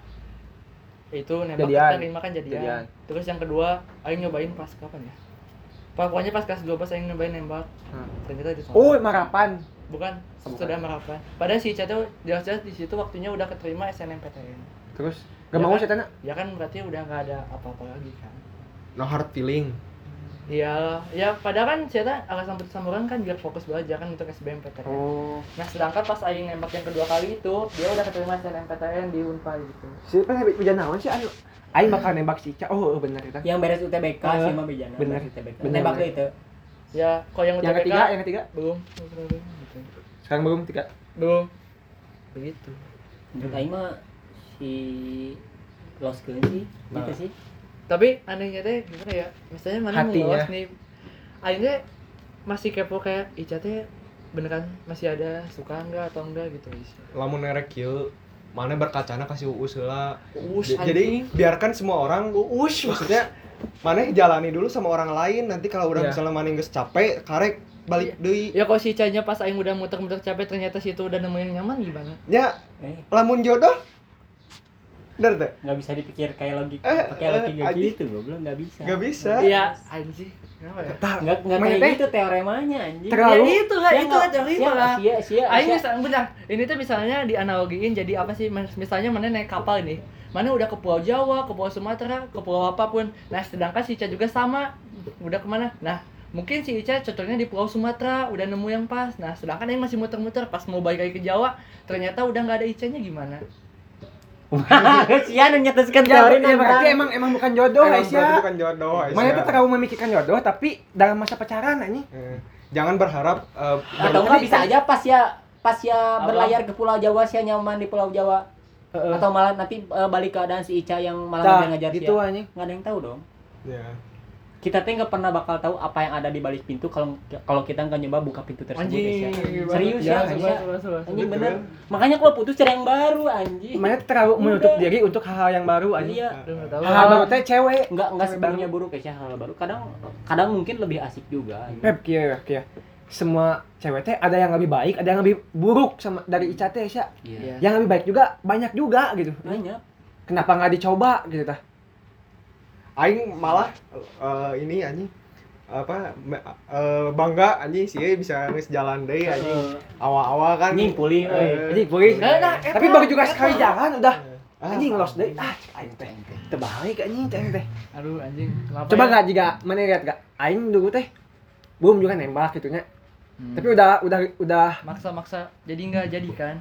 itu nembak Jadian. kita terima kan jadian. Jadian. Terus yang kedua aing nyobain pas kapan ya? Pokoknya pas kelas dua belas aing nyobain nembak. Hmm. Ternyata ditolak. Oh, marapan. Bukan, Bukan. sudah merapan. Padahal si Ica tuh jelas-jelas di situ waktunya udah keterima S N M P T N. Terus gak Ya mau kan? saya tanya. Ya kan berarti udah nggak ada apa-apa lagi kan. No hard feeling. Iya, ya padahal kan Ceta agak sampai samuran kan biar fokus belajar kan untuk S B M P T N. Oh. Nah sedangkan pas Aing nembak yang kedua kali itu dia udah keterima S N M P T N di Unpad gitu. Siapa yang hujan naon sih anu? Aing bakal nembak si Ica. Oh, bener itu. Yang beres U T B K Eh, sih mah bejana. bener. beres U T B K. Bener, Nembak bener. deui itu. Ya, kalau yang Yang U T B K ketiga, yang ketiga. belum, belum, belum, gitu. Sekarang belum tiga. Belum. Begitu. Menurut aing mah si lost keun sih. Gitu Nah. sih. Tapi anehnya teh gimana ya? Misalnya mana mau Hatinya. lolos nih. Aing teh masih kepo kayak Ica teh beneran masih ada suka enggak atau enggak gitu guys. Lamun nerek kieu, mana berkacana kasih uus heula. Uus J- Jadi biarkan semua orang uus maksudnya mana jalani dulu sama orang lain, nanti kalau udah Iya. misalnya mana geus capek, karek balik deui. ya kalau si Ica-nya pas Aing udah muter-muter capek ternyata situ udah nemu yang nyaman gimana? Nya Eh, lamun jodoh bener teh enggak bisa dipikir kayak logik. Eh, Pakai eh, logika anjing. gitu, goblok enggak bisa. nggak bisa. Iya, anjing. Kenapa ya? Tah, Enggak enggak mana kayak teh? gitu teoremanya anjing. Terlalu- Ya itu lah, Sia itu nggak- lah teori sia- lah. Sia sia. Aing sia. misalnya benar, ini tuh misalnya dianalogiin jadi apa sih? Mis- Misalnya mana naik kapal nih, mana udah ke Pulau Jawa, ke Pulau Sumatera, ke pulau apapun. Nah, sedangkan si Ica juga sama, udah kemana? Nah, mungkin si Ica cocoknya di Pulau Sumatera, udah nemu yang pas. Nah, sedangkan Aing masih muter-muter, pas mau balik lagi ke Jawa, ternyata udah nggak ada Ica-nya gimana? Sia nu nyetuskeun Ya, teori ya berarti emang emang bukan jodoh, Emang Aisyah. berarti bukan jodoh, Aisyah. Mana tuh terlalu memikirkan jodoh tapi dalam masa pacaran anjing. Eh, jangan berharap eh, atau ber- enggak bisa aja pas ya pas ya Apa? berlayar ke Pulau Jawa sia nyaman di Pulau Jawa Heeh. atau malah nanti eh, balik keadaan si Ica yang malah Tah, ngajar sia. gitu anjing. Nggak ada yang tahu dong. ya. Kita teh nggak pernah bakal tahu apa yang ada di balik pintu kalau kalau kita nggak nyoba buka pintu tersebut Anjing. ya. Serius Ya, ya, coba, Aisyah. coba, coba. Anjing Betul. bener. Makanya kalau putus cari yang baru anjing. Mana tuh terlalu menutup Udah. diri untuk hal-hal yang baru anjing. Iya. Aduh, nggak tahu. Hal baru teh cewek. Enggak enggak Cewek sepenuhnya baru. buruk ya hal baru. Kadang kadang mungkin lebih asik juga. Pep kieu ya, kieu. Semua cewek teh ada yang lebih baik, ada yang lebih buruk sama dari Ica teh, Aisyah. Iya. Yang lebih baik juga banyak juga gitu. Banyak. Kenapa nggak dicoba gitu tah? Aing malah eh, ini anjing apa me- eh, bangga anjing sih bisa geus jalan deui anjing. Awal-awal kan Anjing pulih, euy. eh, Anjing boleh. Nah, nah, Tapi eta, baru juga eta. sekali jalan udah Ah, anjing los deui. Ah, cek aing teh. Terbalik anjing teh teh. Aduh anjing. Kenapa Coba ya? nggak jika mana lihat gak? Aing dulu teh belum juga nembak gitu nya. Hmm. Tapi udah udah udah maksa-maksa jadi nggak jadi kan?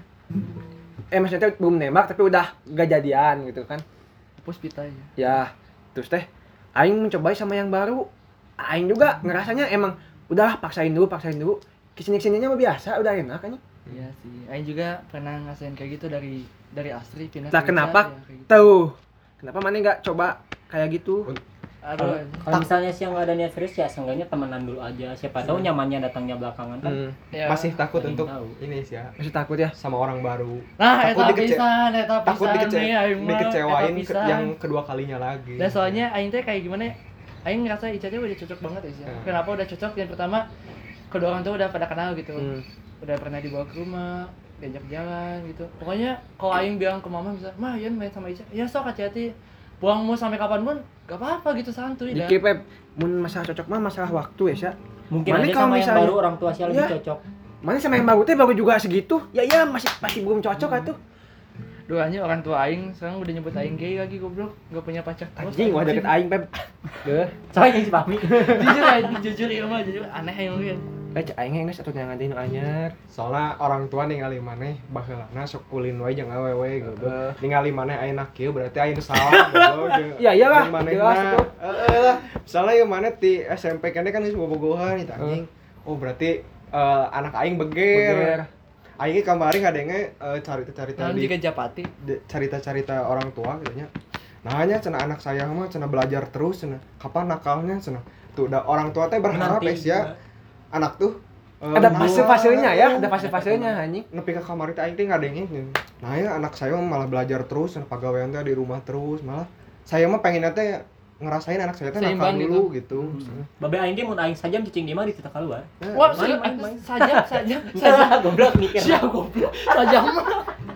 eh maksudnya teh belum nembak tapi udah gak jadian gitu kan. Hapus pita ya. Ya, terus teh aing mencoba sama yang baru. Aing juga ngerasanya emang udahlah paksain dulu, paksain dulu. Kesini-kesininya mah biasa, udah enak kan. Iya sih. Aing juga pernah ngerasain kayak gitu dari dari Astri pindah Lah ke kenapa? Ica, ya, kayak gitu. Tahu. Kenapa mana nggak coba kayak gitu? Aduh. Kalau anjing. kalau misalnya sih nggak ada niat serius ya seenggaknya temenan dulu aja. Siapa tahu nyamannya datangnya belakangan kan. Hmm, Ya. masih takut Ada yang untuk tahu. ini sih ya masih takut ya. sama orang baru. Nah, takut eta dikece- pisan, eta Takut pisan dikece- nih, aing mah, dikecewain eta ke- pisan. yang kedua kalinya lagi. Dan soalnya aing teh kayak gimana ya? Aing ngerasa Ica teh udah cocok banget ya. Sia. Hmm. Kenapa udah cocok? Yang pertama kedua orang tuh udah pada kenal gitu. Hmm. Udah pernah dibawa ke rumah, diajak jalan gitu. Pokoknya kalau aing bilang ke mama bisa, "Mah, Yan main sama Ica." Ya sok hati-hati. Pulang mau sampai kapanpun gak apa-apa gitu santuy dah. Dikit Pep, mun masalah cocok mah masalah waktu ya, Sya. Mungkin Mana aja kalau sama yang misalnya- baru orang tua sih lebih Iya. cocok. Mana sama yang baru teh baru juga segitu. Ya ya masih masih belum cocok atuh. Doanya orang tua aing sekarang udah nyebut aing gay lagi goblok, gak punya pacar. Terus Anjing wah deket aing Pep. Deuh. Soalnya si Pami. Jujur aing, jujur ya mah, jujur aneh aing mungkin. Eh cek aing geus atuh nyangan deui nu anyar. Soalnya orang tua ningali maneh baheulana sok kulin wae jeung awewe gitu. Heeh. Ningali maneh ayeuna kieu berarti ayeuna salah gitu. jeung- Iya, iyalah, jeung manehna. jelas itu. Heeh lah. Soalnya ieu maneh ti S M P kene kan geus bobogohan itu anjing. Oh berarti eh, anak aing beger. Beger. Aing kamari ngadenge uh, carita-carita Nah, di jika Japati. de- carita-carita orang tua gitu nya. Nanya cenah anak saya mah cenah belajar terus cenah. Kapan nakalnya cenah. Tuh udah orang tua teh berharap Nanti es ya anak tuh eh, Ada nah, fase-fasenya ya, eh, ada fase-fasenya anjing. nepi ka kamar teh aing teh ngadengin. Nah ya anak saya mah malah belajar terus, cenah pagawean teh di rumah terus, malah saya mah pengennya teh ngerasain anak saya teh nakal Seimbang dulu gitu. Babe aing ge mun aing sajam cicing dia mah dititah keluar. Nah, Wah, main, main, main, main. sajam, sajam, sajam. Saja goblok mikir. Siap goblok. Sajam mah.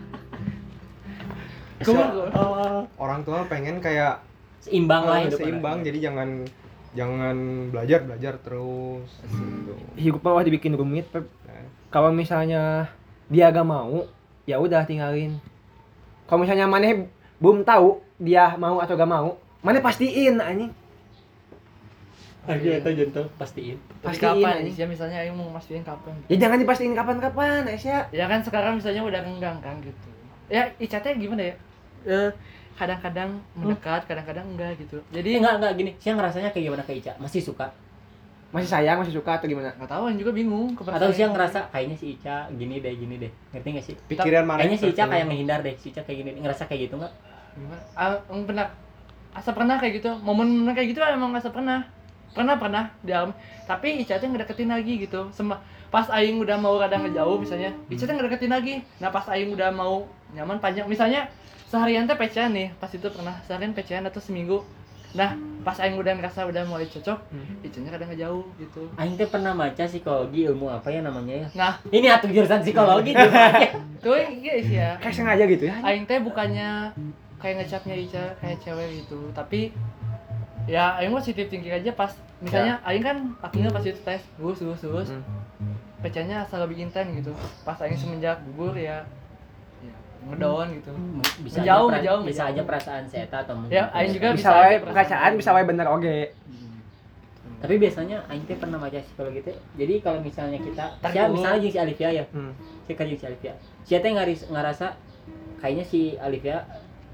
so, Goblok. Oh, orang tua pengen kayak seimbang lah eh, hidup seimbang, anak. jadi jangan jangan belajar belajar terus gitu. Hidup mah dibikin rumit Pep. Nah, Kalau misalnya dia gak mau, ya udah tinggalin. Kalau misalnya maneh belum tahu dia mau atau gak mau, maneh pastiin anjing. Aja eta jantung pastiin. Tapi Pastiin, kapan anjing. sih misalnya aing mau mastiin kapan? Ya jangan dipastiin kapan-kapan, Aisyah. Ya kan sekarang misalnya udah renggang kan gitu. Ya Ica teh gimana ya? Eh kadang-kadang mendekat, kadang-kadang enggak gitu. Jadi Jadi enggak enggak gini, saya ngerasanya kayak gimana ke Ica? Masih suka? Masih sayang, masih suka atau gimana? nggak tahu, juga bingung. Atau sih ngerasa kayaknya si Ica gini deh, gini deh. Ngerti enggak sih? pikiran mana Kayaknya si Ica kayak ngehindar deh, si Ica kayak gini. Ngerasa kayak gitu enggak? Gimana? Ah, em, pernah asa pernah kayak gitu. Momen kayak gitu emang asa pernah. Pernah pernah di alam. Tapi Ica teh ngedeketin lagi gitu. Sema pas aing udah mau rada ngejauh misalnya, Ica teh ngedeketin lagi. Nah, pas aing udah mau nyaman panjang misalnya seharian teh pecean nih, pas itu pernah seharian pecean atau seminggu. Nah, pas aing udah ngerasa udah mulai cocok, Ica-nya kadang ngejauh gitu. Aing teh pernah baca psikologi ilmu apa ya namanya ya? Nah, Ini atuh jurusan psikologi tuh. tuh guys ya. Kayak sengaja gitu ya. Aing teh bukannya kayak ngecapnya Ica kayak cewek gitu, tapi ya aing positif thinking aja pas misalnya aing kan akhirnya pas itu tes gus gus gus Hmm. pecahnya asal lebih intens gitu. Pas aing semenjak gugur ya, ya ngedown gitu. Bisa Ngejauh, aja, pra- ngejauh, bisa ngejauh. aja perasaan saya atau mungkin. Ya, aing juga Bisa bisa wae aja perasaan, bisa wae bener oge. Hmm. Tapi biasanya aing teh pernah baca psikologi teh. Jadi kalau misalnya kita, Tar saya dulu. misalnya jeung si Alivia ya. Hmm. Si kan jeung si Alivia. Sia teh ngaris ngerasa kayaknya si Alivia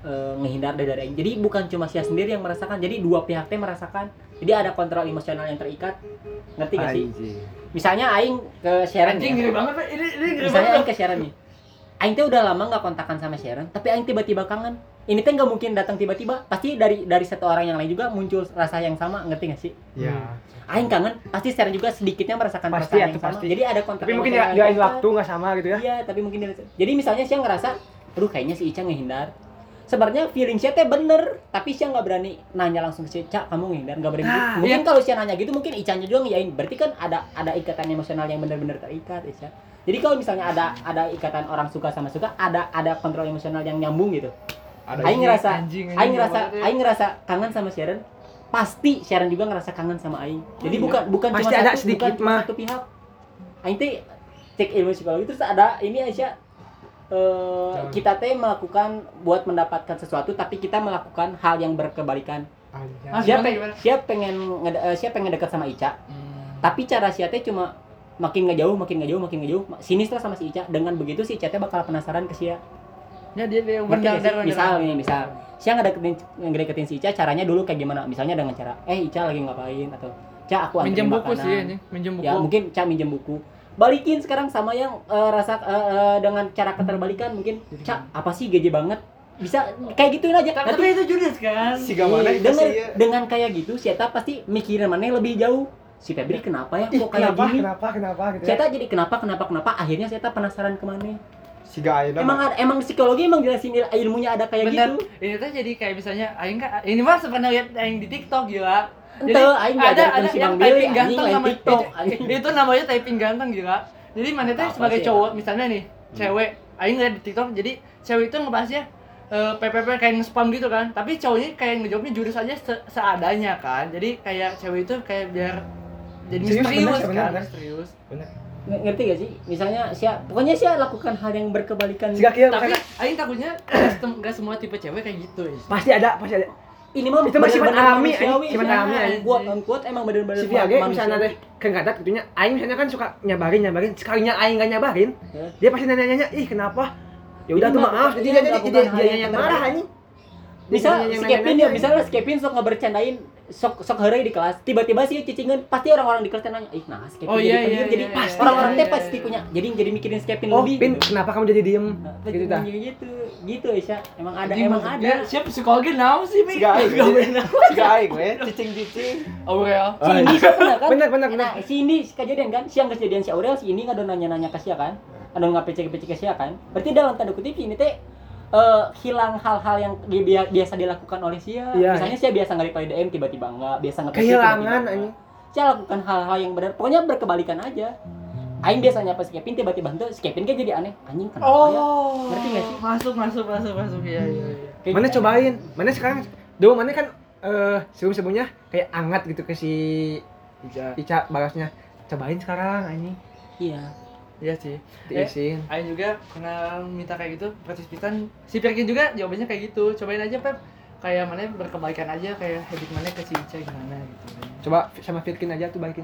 eh, ngehindar dari aing. Jadi bukan cuma sia sendiri yang merasakan, jadi dua pihak teh merasakan. Jadi ada kontrol emosional yang terikat. Ngerti gak sih? Anjing. Misalnya aing ke Sharon Anjing ya. gini banget, Pak. Ini ini gini Misalnya banget. aing ke Sharon nih. Aing teh udah lama nggak kontakan sama Sharon, tapi aing tiba-tiba kangen. Ini teh nggak mungkin datang tiba-tiba. Pasti dari dari satu orang yang lain juga muncul rasa yang sama, ngerti gak sih? Ya. Aing kangen, pasti Sharon juga sedikitnya merasakan Pasti, perasaan ya, yang tuh, sama. pasti. Jadi ada kontrol. Tapi mungkin emosional dia yang dia terikat. waktu nggak sama gitu ya. Iya, tapi mungkin dia. Jadi misalnya Sia ngerasa, aduh kayaknya si Ica ngehindar. Sebenarnya feeling Sia teh bener, tapi Sia nggak berani nanya langsung ke si Ica, kamu ngehindar, nggak berani. Nah, gitu. Mungkin iya. kalau Sia nanya gitu, mungkin Icanya juga ngiyain. Berarti kan ada ada ikatan emosional yang benar-benar terikat, Ica. Jadi kalau misalnya ada ada ikatan orang suka sama suka, ada ada kontrol emosional yang nyambung gitu. Ada Aing ngerasa, anjing, anjing, Aing ngerasa, banget ya. Aing ngerasa kangen sama Sharon. Pasti Sharon juga ngerasa kangen sama Aing. Jadi iya. bukan bukan Pasti cuma ada satu, sedikit bukan cuma mah. satu pihak. Aing teh cek ilmu psikologi terus ada ini Aisyah eh kita teh melakukan buat mendapatkan sesuatu tapi kita melakukan hal yang berkebalikan. Anjing. Ah, Siapa gimana, gimana? siapa pengen ngede- eh, siapa pengen dekat sama Ica. Hmm. Tapi cara si teh cuma makin ngejauh, makin ngejauh, makin ngejauh. Sinis lah sama si Ica. Dengan begitu si Ica teh bakal penasaran ke Sia. Ya dia dia Ngerti benar gak sih? benar. Misal nih, misal Sia ngedeketin ngedeketin si Ica caranya dulu kayak gimana? Misalnya dengan cara, eh Ica lagi ngapain atau Ca aku anterin Minjem buku makanan. sih ini, minjem buku. Ya mungkin Ca minjem buku. Balikin sekarang sama yang eh, rasa eh, eh, dengan cara keterbalikan mungkin Ca apa sih gaje banget. Bisa kayak gituin aja. Tapi, tapi itu Judas kan. Si gamana Iya, itu dengan, sih ya. dengan kayak gitu si Eta pasti mikirin mana yang lebih jauh. Si Febri kenapa ya kok kayak Kenapa, gini? kenapa, kenapa gitu Si ya. Eta jadi kenapa kenapa kenapa akhirnya si Eta penasaran kemana. Si Gaida Emang ada, emang psikologi emang jelasin il- ilmunya ada kayak Bener. gitu. Ini tuh jadi kayak misalnya aing kan ini mah pernah lihat aing di TikTok gila. Ente, aing ada diajarkeun ada si yang Bang Billy, typing anjing, ganteng lain nama TikTok, itu, anjing. itu namanya typing ganteng gila. Jadi mana teh Apa sebagai sih, cowok misalnya nih, Hmm. cewek aing lihat di TikTok jadi cewek itu ngebahasnya eh, P P P kayak nge-spam gitu kan. Tapi cowoknya kayak ngejawabnya jurus aja se- seadanya kan. Jadi kayak cewek itu kayak biar jadi Serius, misterius bener, bener, kan, bener. misterius. bener. Ng- Ngerti gak sih? Misalnya Sia, pokoknya Sia lakukan hal yang berkebalikan. Jika kia Tapi makanya aing takutnya nggak sem- nggak semua tipe cewek kayak gitu ya. pasti ada, pasti ada. Ini mah Itu mah sifat bener-bener alami, manusiawi, anjing, sifat Sia. alami, anjing. Quote on quote emang bener-bener Si Viage manusiawi. misalnya deh kengkadat gitunya, aing misalnya kan suka nyabarin nyabarin, sekalinya aing gak nyabarin, Ya. dia pasti nanya-nanya, ih kenapa? Ya udah Ini tuh melakukan- maaf, jadi iya, dia jadi melakukan dia hal dia yang yang berbeda. marah anjing. Dia Bisa nanya- skepin nanya-nanya, ya, bisa lah skepin sok ngebercandain sok sok heureuy di kelas. Tiba-tiba sih cicingan pasti orang-orang di kelas teh nanya, "Ih, nah skepin Oh, jadi iya, pendiam." iya, Jadi iya, pasti iya, orang-orang iya, teh iya, pasti iya. punya. Jadi jadi mikirin skepin Oh, lebih. Pin, gitu. kenapa kamu jadi diem? Nah, Gitu dah. gitu, gitu Isya. Emang ada, Anjing, emang maksud ada. dia, siap psikologi naon sih, Mi? Si Gaida. Gak bener. Si Gaida gue cicing-cicing. Aurel. Si ini siapa pernah kan? Bener, bener, bener. Nah, si ini kejadian kan, siang kejadian si Aurel, si ini nggak ada nanya-nanya ke Sia kan, ada nggak pecek-pecek ke Sia kan. Berarti dalam tanda kutip ini teh eh, hilang hal-hal yang di- bia- biasa dilakukan oleh Sia. Iya. Misalnya Sia biasa nge-reply D M tiba-tiba enggak, biasa nge Kehilangan anjing. Sia lakukan hal-hal yang benar. Pokoknya berkebalikan aja. Aing biasanya pas skepin tiba-tiba henteu skepin kan jadi aneh. Anjing kenapa ya? Oh, Ngerti nggak sih? Masuk, masuk, masuk, masuk. Iya, iya, iya. Kayak Mana gitu. cobain? Mana sekarang? Dulu mana kan eh sebelum-sebelumnya kayak anget gitu ke si Ica balasnya. Cobain sekarang anjing. Iya. Iya sih. Eh, Diisin. Aing juga pernah minta kayak gitu, partisipan. Si Pirkin juga jawabannya kayak gitu. Cobain aja, Pep. Kayak mana berkebalikan aja, kayak habit mana ke si Ica gimana gitu. Coba sama Firkin aja tuh balikin.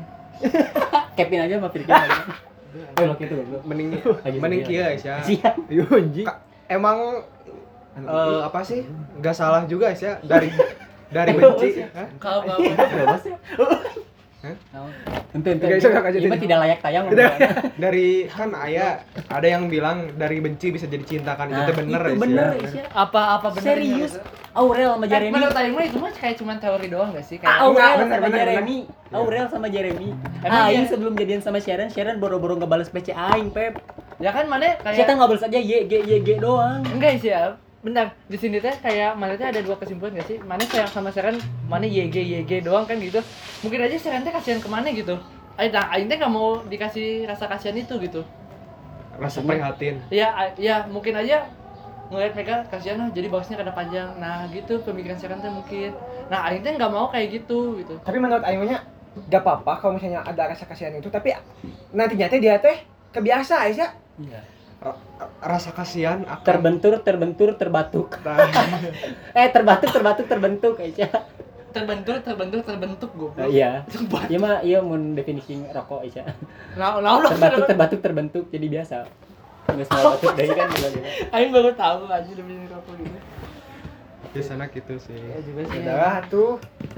Kepin aja sama Firkin aja. Oh, lo gitu lo. Mending Lagi mending sedih, kieu ya. Siap. Ayo anjing. Ka- Emang eh, apa sih? Enggak salah juga sih ya dari dari benci. Hah? Kalau kalau Bebas ya. Hah? Ente ente. Nggak bisa, nggak jadi. Ini mah tidak layak tayang. Dari kan ayah ada yang bilang dari benci bisa jadi cinta kan itu Nah, teh bener itu ya. bener sih, ya. Isya. apa apa benar Serius. Aurel sama Eh, Jeremy. menurut Aing mah itu mah kayak cuma teori doang gak sih? Ah, Kayak Aurel bener, sama bener, Jeremy. Aurel sama Jeremy. Emang Aing iya? sebelum jadian sama Sharon, Sharon boro-boro ngebales P C Aing, Pep. ya kan mana Saya kayak nggak balas aja Y G Y G doang. enggak sih ya. Bentar, di sini teh kayak mana teh ada dua kesimpulan gak sih? Mana sayang sama Seren, mana Y G Y G doang kan gitu. Mungkin aja Seren teh kasihan kemana gitu. Aing nah, Aing teh gak mau dikasih rasa kasihan itu gitu. Rasa prihatin. Ya, a- ya mungkin aja ngeliat mereka kasihan lah jadi balasnya kada panjang. Nah, gitu pemikiran Seren teh mungkin. Nah, Aing teh gak mau kayak gitu gitu. Tapi menurut Aing mah gak apa-apa kalau misalnya ada rasa kasihan itu, tapi nantinya teh dia teh kebiasa Aisyah. Iya. Ra- rasa kasihan akan Terbentur, terbentur, terbatuk. Nah, Eh, terbatuk, terbatuk, terbentuk Aisyah. Terbentur, terbentur, terbentuk goblok. Iya. Sumpah. Iya mah, iya mau definisi rokok Aisyah. Nah, nah, nah, Terbatuk, terbatuk, terbentuk jadi biasa. Nggak semua batuk dari kan juga gitu. Aing baru tahu aja demi rokok gitu. biasanya gitu sih. Ya juga sih. Udah tuh.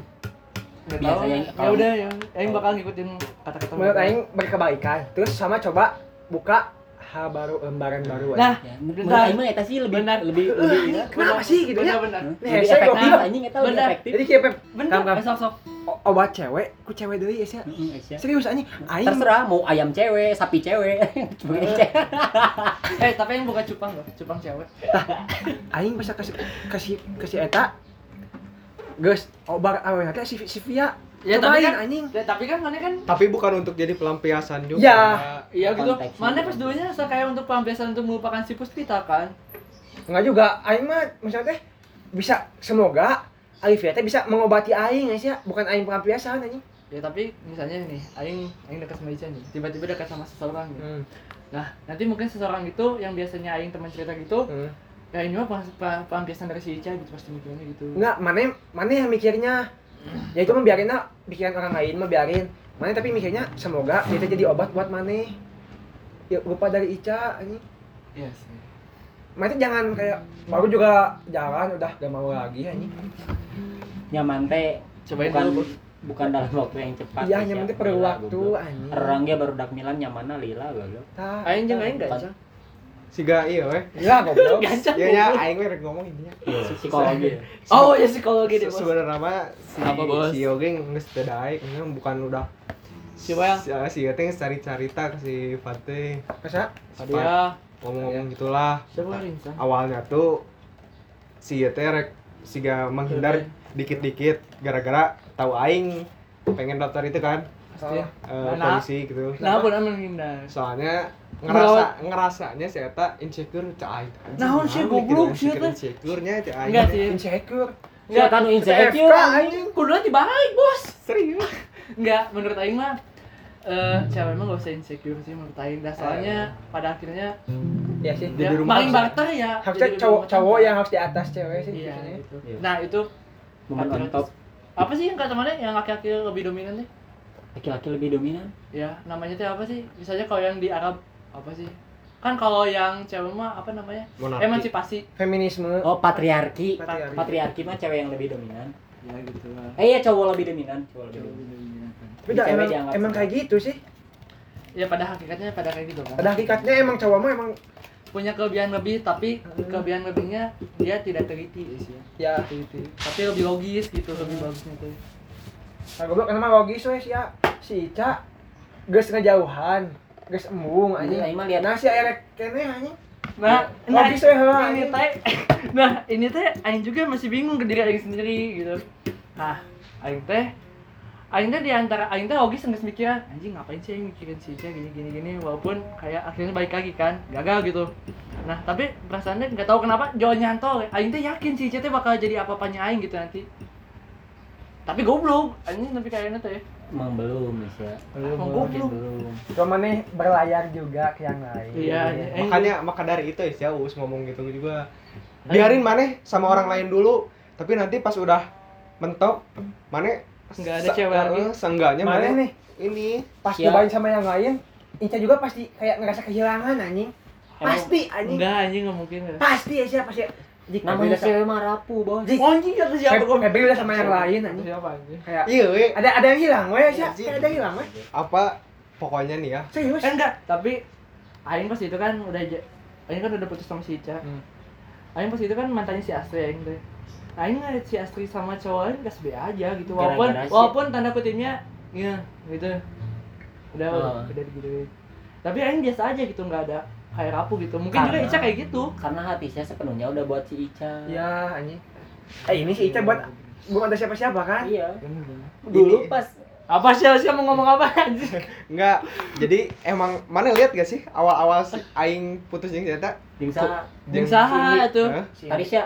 Nggak tahu. Biasanya Ya kalau- udah ya. Aing bakal ngikutin kata-kata Menurut mereka. aing berkebaikan. Terus sama coba buka hal baru, lembaran baru. Nah, Ya, menurut bentar. aing mah eta sih lebih Benar. lebih lebih Ini kenapa sih gitu ya? Benar-benar. Hmm? Nih, lebih saya efektif goblok. anjing eta lebih Benar. efektif. Jadi kieu Pep, Bener, kam kam eh, sok-sok. o- obat cewek, ku cewek deui ya. Heeh, Aisyah. Serius anjing. Aing Terserah mau ayam cewek, sapi cewek, cuma cewek. Eh, tapi yang bukan cupang loh, cupang cewek. aing bisa kasih kasih kasih eta. Geus obat awewe teh si si Via. Ya tapi Cobain, kan anjing. Ya, tapi kan mana kan Tapi bukan untuk jadi pelampiasan juga. Ya. iya gitu. Konteksnya. Mana pas dulunya rasa kayak untuk pelampiasan untuk melupakan si Puspita kan. Enggak juga, aing mah misalnya teh bisa semoga Alivia teh bisa mengobati aing guys ya, bukan aing pelampiasan anjing. Ya tapi misalnya nih, aing aing dekat sama Ica nih, tiba-tiba dekat sama seseorang gitu. Hmm. Nah, nanti mungkin seseorang itu yang biasanya aing teman cerita gitu, Hmm. ya ini mah pelam- pelam- pelampiasan dari si Ica gitu pasti mikirnya gitu. Enggak, mana mana yang mikirnya ya itu mah biarin lah pikiran orang lain mah biarin. Mana tapi mikirnya semoga dia teh jadi obat buat mana. Ya lupa dari Ica anjing. Iya sih. Mana jangan kayak baru juga jalan udah gak mau lagi anjing. Nyaman teh Cobain bukan, dulu, Bos. bukan dalam waktu yang cepat. Iya, Aisyah. nyaman teh perlu Lila, waktu goblok. anjing. Orang dia baru dak milan nyamanna lila goblok. Tah. Aing jeung aing enggak, Bukan. Cang. Siga iya weh. Gila goblok. Gancang. Iya nya aing we rek ngomong intinya. Psikologi. Oh, ya psikologi deh, Se- Bos. Sebenarnya mah si Apa, Bos? si Yoge geus teu daek, memang bukan udah Siapa ya? si si teh cari-carita ke si Fatih. Masa? Tadi ya. Ngomong-ngomong gitulah. Siapa Rinsan? Awalnya tuh si teh rek siga menghindar dikit-dikit gara-gara tahu aing pengen daftar itu kan Pasti. eh, Mana? polisi gitu. Nah, pun menghindar. Soalnya ngerasa ngerasanya si eta insecure cai. Naon sih, goblok sih, teh? Insecure-nya cai. Enggak sih. Insecure. Enggak Siapa nu F insecure K anjing? anjing. Kudu aja baik, Bos. Serius. Enggak, menurut aing mah eh cewek mah gak usah insecure sih menurut aing. Dah soalnya pada akhirnya Iya sih. ya, Jadi rumah paling tangga. barter ya. Harusnya jadi cowok rumah cowok tangga. yang harus di atas cewek sih Iya, biasanya. gitu. Iya. Nah, itu Momen on top. apa sih yang kata mana yang laki-laki lebih dominan deh? Laki-laki lebih dominan. Ya, namanya tuh apa sih? Misalnya kalau yang di Arab apa sih? Kan kalau yang cewek mah apa namanya? Monarki. Emansipasi. Feminisme. Oh, patriarki. Patriarki. Patriarki mah cewek yang lebih dominan. Ya gitu lah. Eh iya cowok lebih dominan, cowok lebih Cewek dominan. lebih dominan kan. Beda Cewek emang dianggap emang sebelah. kayak gitu sih. Ya pada hakikatnya pada kayak gitu kan. Pada hakikatnya emang cowok mah emang Punya kelebihan lebih tapi kelebihan lebihnya dia tidak teliti sih ya. ya Teliti. Tapi lebih logis gitu, lebih bagusnya tuh. nah goblok kenapa logis we sia si Ica geus ngejauhan, geus embung Ini anjing. aing mah lihat Nah si aya rek keneh anjing. Nah, Logis we heula ini anjing. teh. Nah, ini teh aing juga masih bingung ke diri aing sendiri gitu. Nah, aing teh aing teh di antara aing teh logis geus mikiran, anjing ngapain sih aing mikirin si Ica gini gini gini walaupun kayak akhirnya balik lagi kan, gagal gitu. Nah, tapi perasaannya nggak tahu kenapa jauh nyantol. Aing teh yakin si Ica teh bakal jadi apa-apanya aing gitu nanti. Tapi goblok, anjing tapi kayaknya teh. emang belum ya. Belum, Mungkin goblok. belum. Cuma nih berlayar juga ke yang lain. Iya, iya. Makanya maka dari itu ya Us ngomong gitu juga. Biarin maneh sama orang lain dulu, tapi nanti pas udah mentok maneh Nggak ada se- cewek lagi. eh, seenggaknya Mana maneh nih ini pas Siap. nyobain sama yang lain, Ica juga pasti kayak ngerasa kehilangan anjing. Emang- Pasti anjing. Enggak, anjing enggak mungkin. Enggak. Pasti ya siapa sih? Jik, Namanya Febri udah cewek mah rapuh, Bos. Jik, Oh, anjing kata siapa Feb- gua? Febri udah sama yang lain anjing. Siapa anjing? Kayak iya we. ada ada yang hilang we sih, Anjing. kayak ada yang hilang we. Apa pokoknya nih ya. Serius. Eh enggak, tapi aing pas itu kan udah ja- aing kan udah putus sama si Ica. Hmm. Aing pas itu kan mantannya si Astri aing teh. Aing ngeliat si Astri sama cowok lain gas be aja gitu. Walaupun Gara-gara si- walaupun tanda kutipnya ya gitu. Udah Oh. udah gitu. Tapi aing biasa aja gitu, enggak ada kayak rapuh gitu. Mungkin juga Karena- Ica kayak gitu. Karena hati saya sepenuhnya udah buat si Ica. Ya anjing. Eh ini si Ica buat belum ada siapa-siapa kan? Iya. Ini- Dulu pas Apa sih sih mau ngomong apa anjing? Enggak. Jadi emang mana lihat gak sih awal-awal si aing putus jeung si eta? jeung sa Jeung saha atuh? Hah? Tarisya.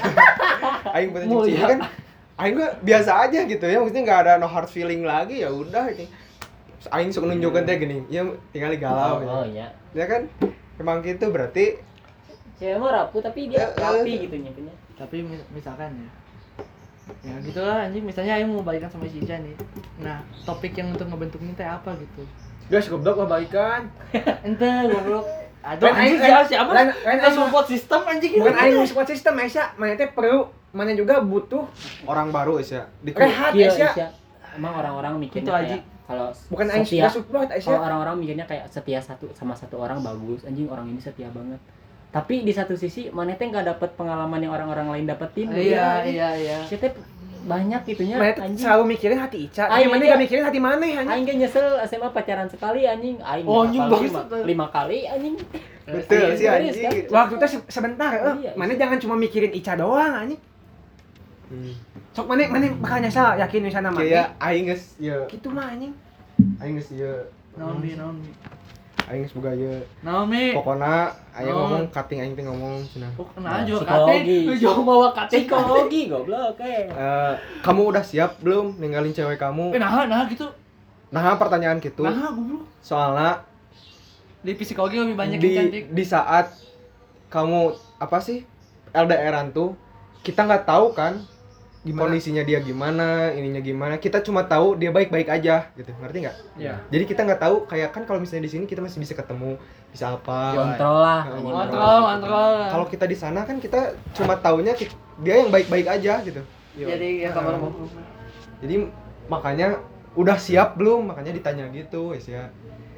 Aing putus jeung si Mulia. kan. Aing gua biasa aja gitu ya, maksudnya enggak ada no hard feeling lagi ya udah ini. Aing sok nunjukin teh gini, ya tinggal galau Oh, ya. iya. Ya kan? Emang gitu berarti Cewek mah rapuh tapi dia Eh, eh. rapi gitu nyimpennya. Tapi mis- misalkan ya ya gitulah anjing, misalnya Aing mau balikan sama si Ica nih. Nah, topik yang untuk ngebentuknya teh apa gitu. Guys, goblok lah balikan. Ente goblok. Aduh, Lain anjing aing- siapa siapa? lain- lain Lain aing- support system anjing. Bukan aing support system Aisyah, mana teh perlu mana juga butuh Orang baru ya. Di rehat Iya, Aisyah. Isya. Emang orang-orang mikirnya Itu kayak aja. kalau Bukan aing setia, suka support kalau Aisyah. orang-orang mikirnya kayak setia satu sama satu orang bagus, anjing orang ini setia banget. Tapi di satu sisi mana teh nggak dapet pengalaman yang orang-orang lain dapetin. Iya, anjing. iya, iya. Saya teh banyak gitunya Mana teh anjing. selalu mikirin hati Ica, tapi Aing mana aja- gak mikirin hati mana anjing. Aing ge nyesel S M A pacaran sekali anjing. Aing Oh, anjing, hafal bagus lima, tuh. lima kali anjing. Betul sih Serius, anjing. kan? Waktu teh se- sebentar, eh. Iya, Mana jangan cuma mikirin Ica doang anjing. Hmm. Sok mana mana bakal nyesal yakin misalnya mana. Kayak aing geus ya, Gitu mah anjing. aing geus ya. Naon mi, naon mi. Aing geus boga ye. Naon mi. Pokona aing Oh. ngomong cutting aing teh ngomong cenah. Oh, kenal juga Psikologi. kate. Jauh bawa kate kok. Psikologi goblok eh. Eh, kamu udah siap belum ninggalin cewek kamu? Eh, nah, nah gitu. Nah, pertanyaan gitu. Nah, goblok. Soalnya Di psikologi lebih banyak di yang cantik. di saat kamu apa sih L D R-an tuh kita nggak tahu kan Gimana? kondisinya dia gimana, ininya gimana. Kita cuma tahu dia baik-baik aja gitu. Ngerti nggak? Iya. Jadi kita nggak tahu kayak kan kalau misalnya di sini kita masih bisa ketemu, bisa apa. Kontrol lah. Nah, anjing. Kontrol, kontrol. Kalau kita di sana kan kita cuma taunya ki- dia yang baik-baik aja gitu. Jadi ya kamar mau. Jadi makanya udah siap belum? Makanya ditanya gitu, wes ya.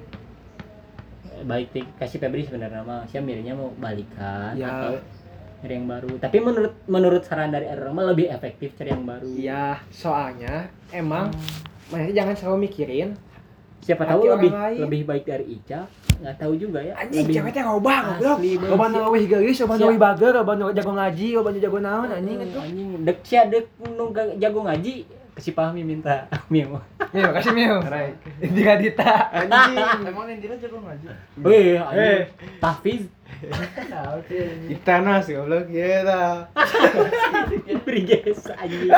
Baik Tik. Kasih Febri sebenarnya mah Sia miripnya mau balikan Ya. atau cari yang baru. Tapi menurut menurut saran dari Error mah lebih efektif cari yang baru. Iya, soalnya emang mana teh jangan selalu mikirin Siapa Hati tahu orang lebih lain. lebih baik dari Ica, nggak tahu juga ya. anjing Lebih- cewek teh loba goblok. Asli, Bang. Loba nu leuwih geulis, loba nu Siap. leuwih bager, loba nu jago ngaji, loba nu jago naon anjing Anjing, itu. anjing dek sia dek nu ga- jago ngaji si Pahmi minta Mio. Nih, makasih Mil. Right. Indira Dita. Anjing. Emang Indira jago ngaji. Weh, Eh. anjing. Tahfiz Tahu sih. Itanas goblok ya ta. Briges anjing.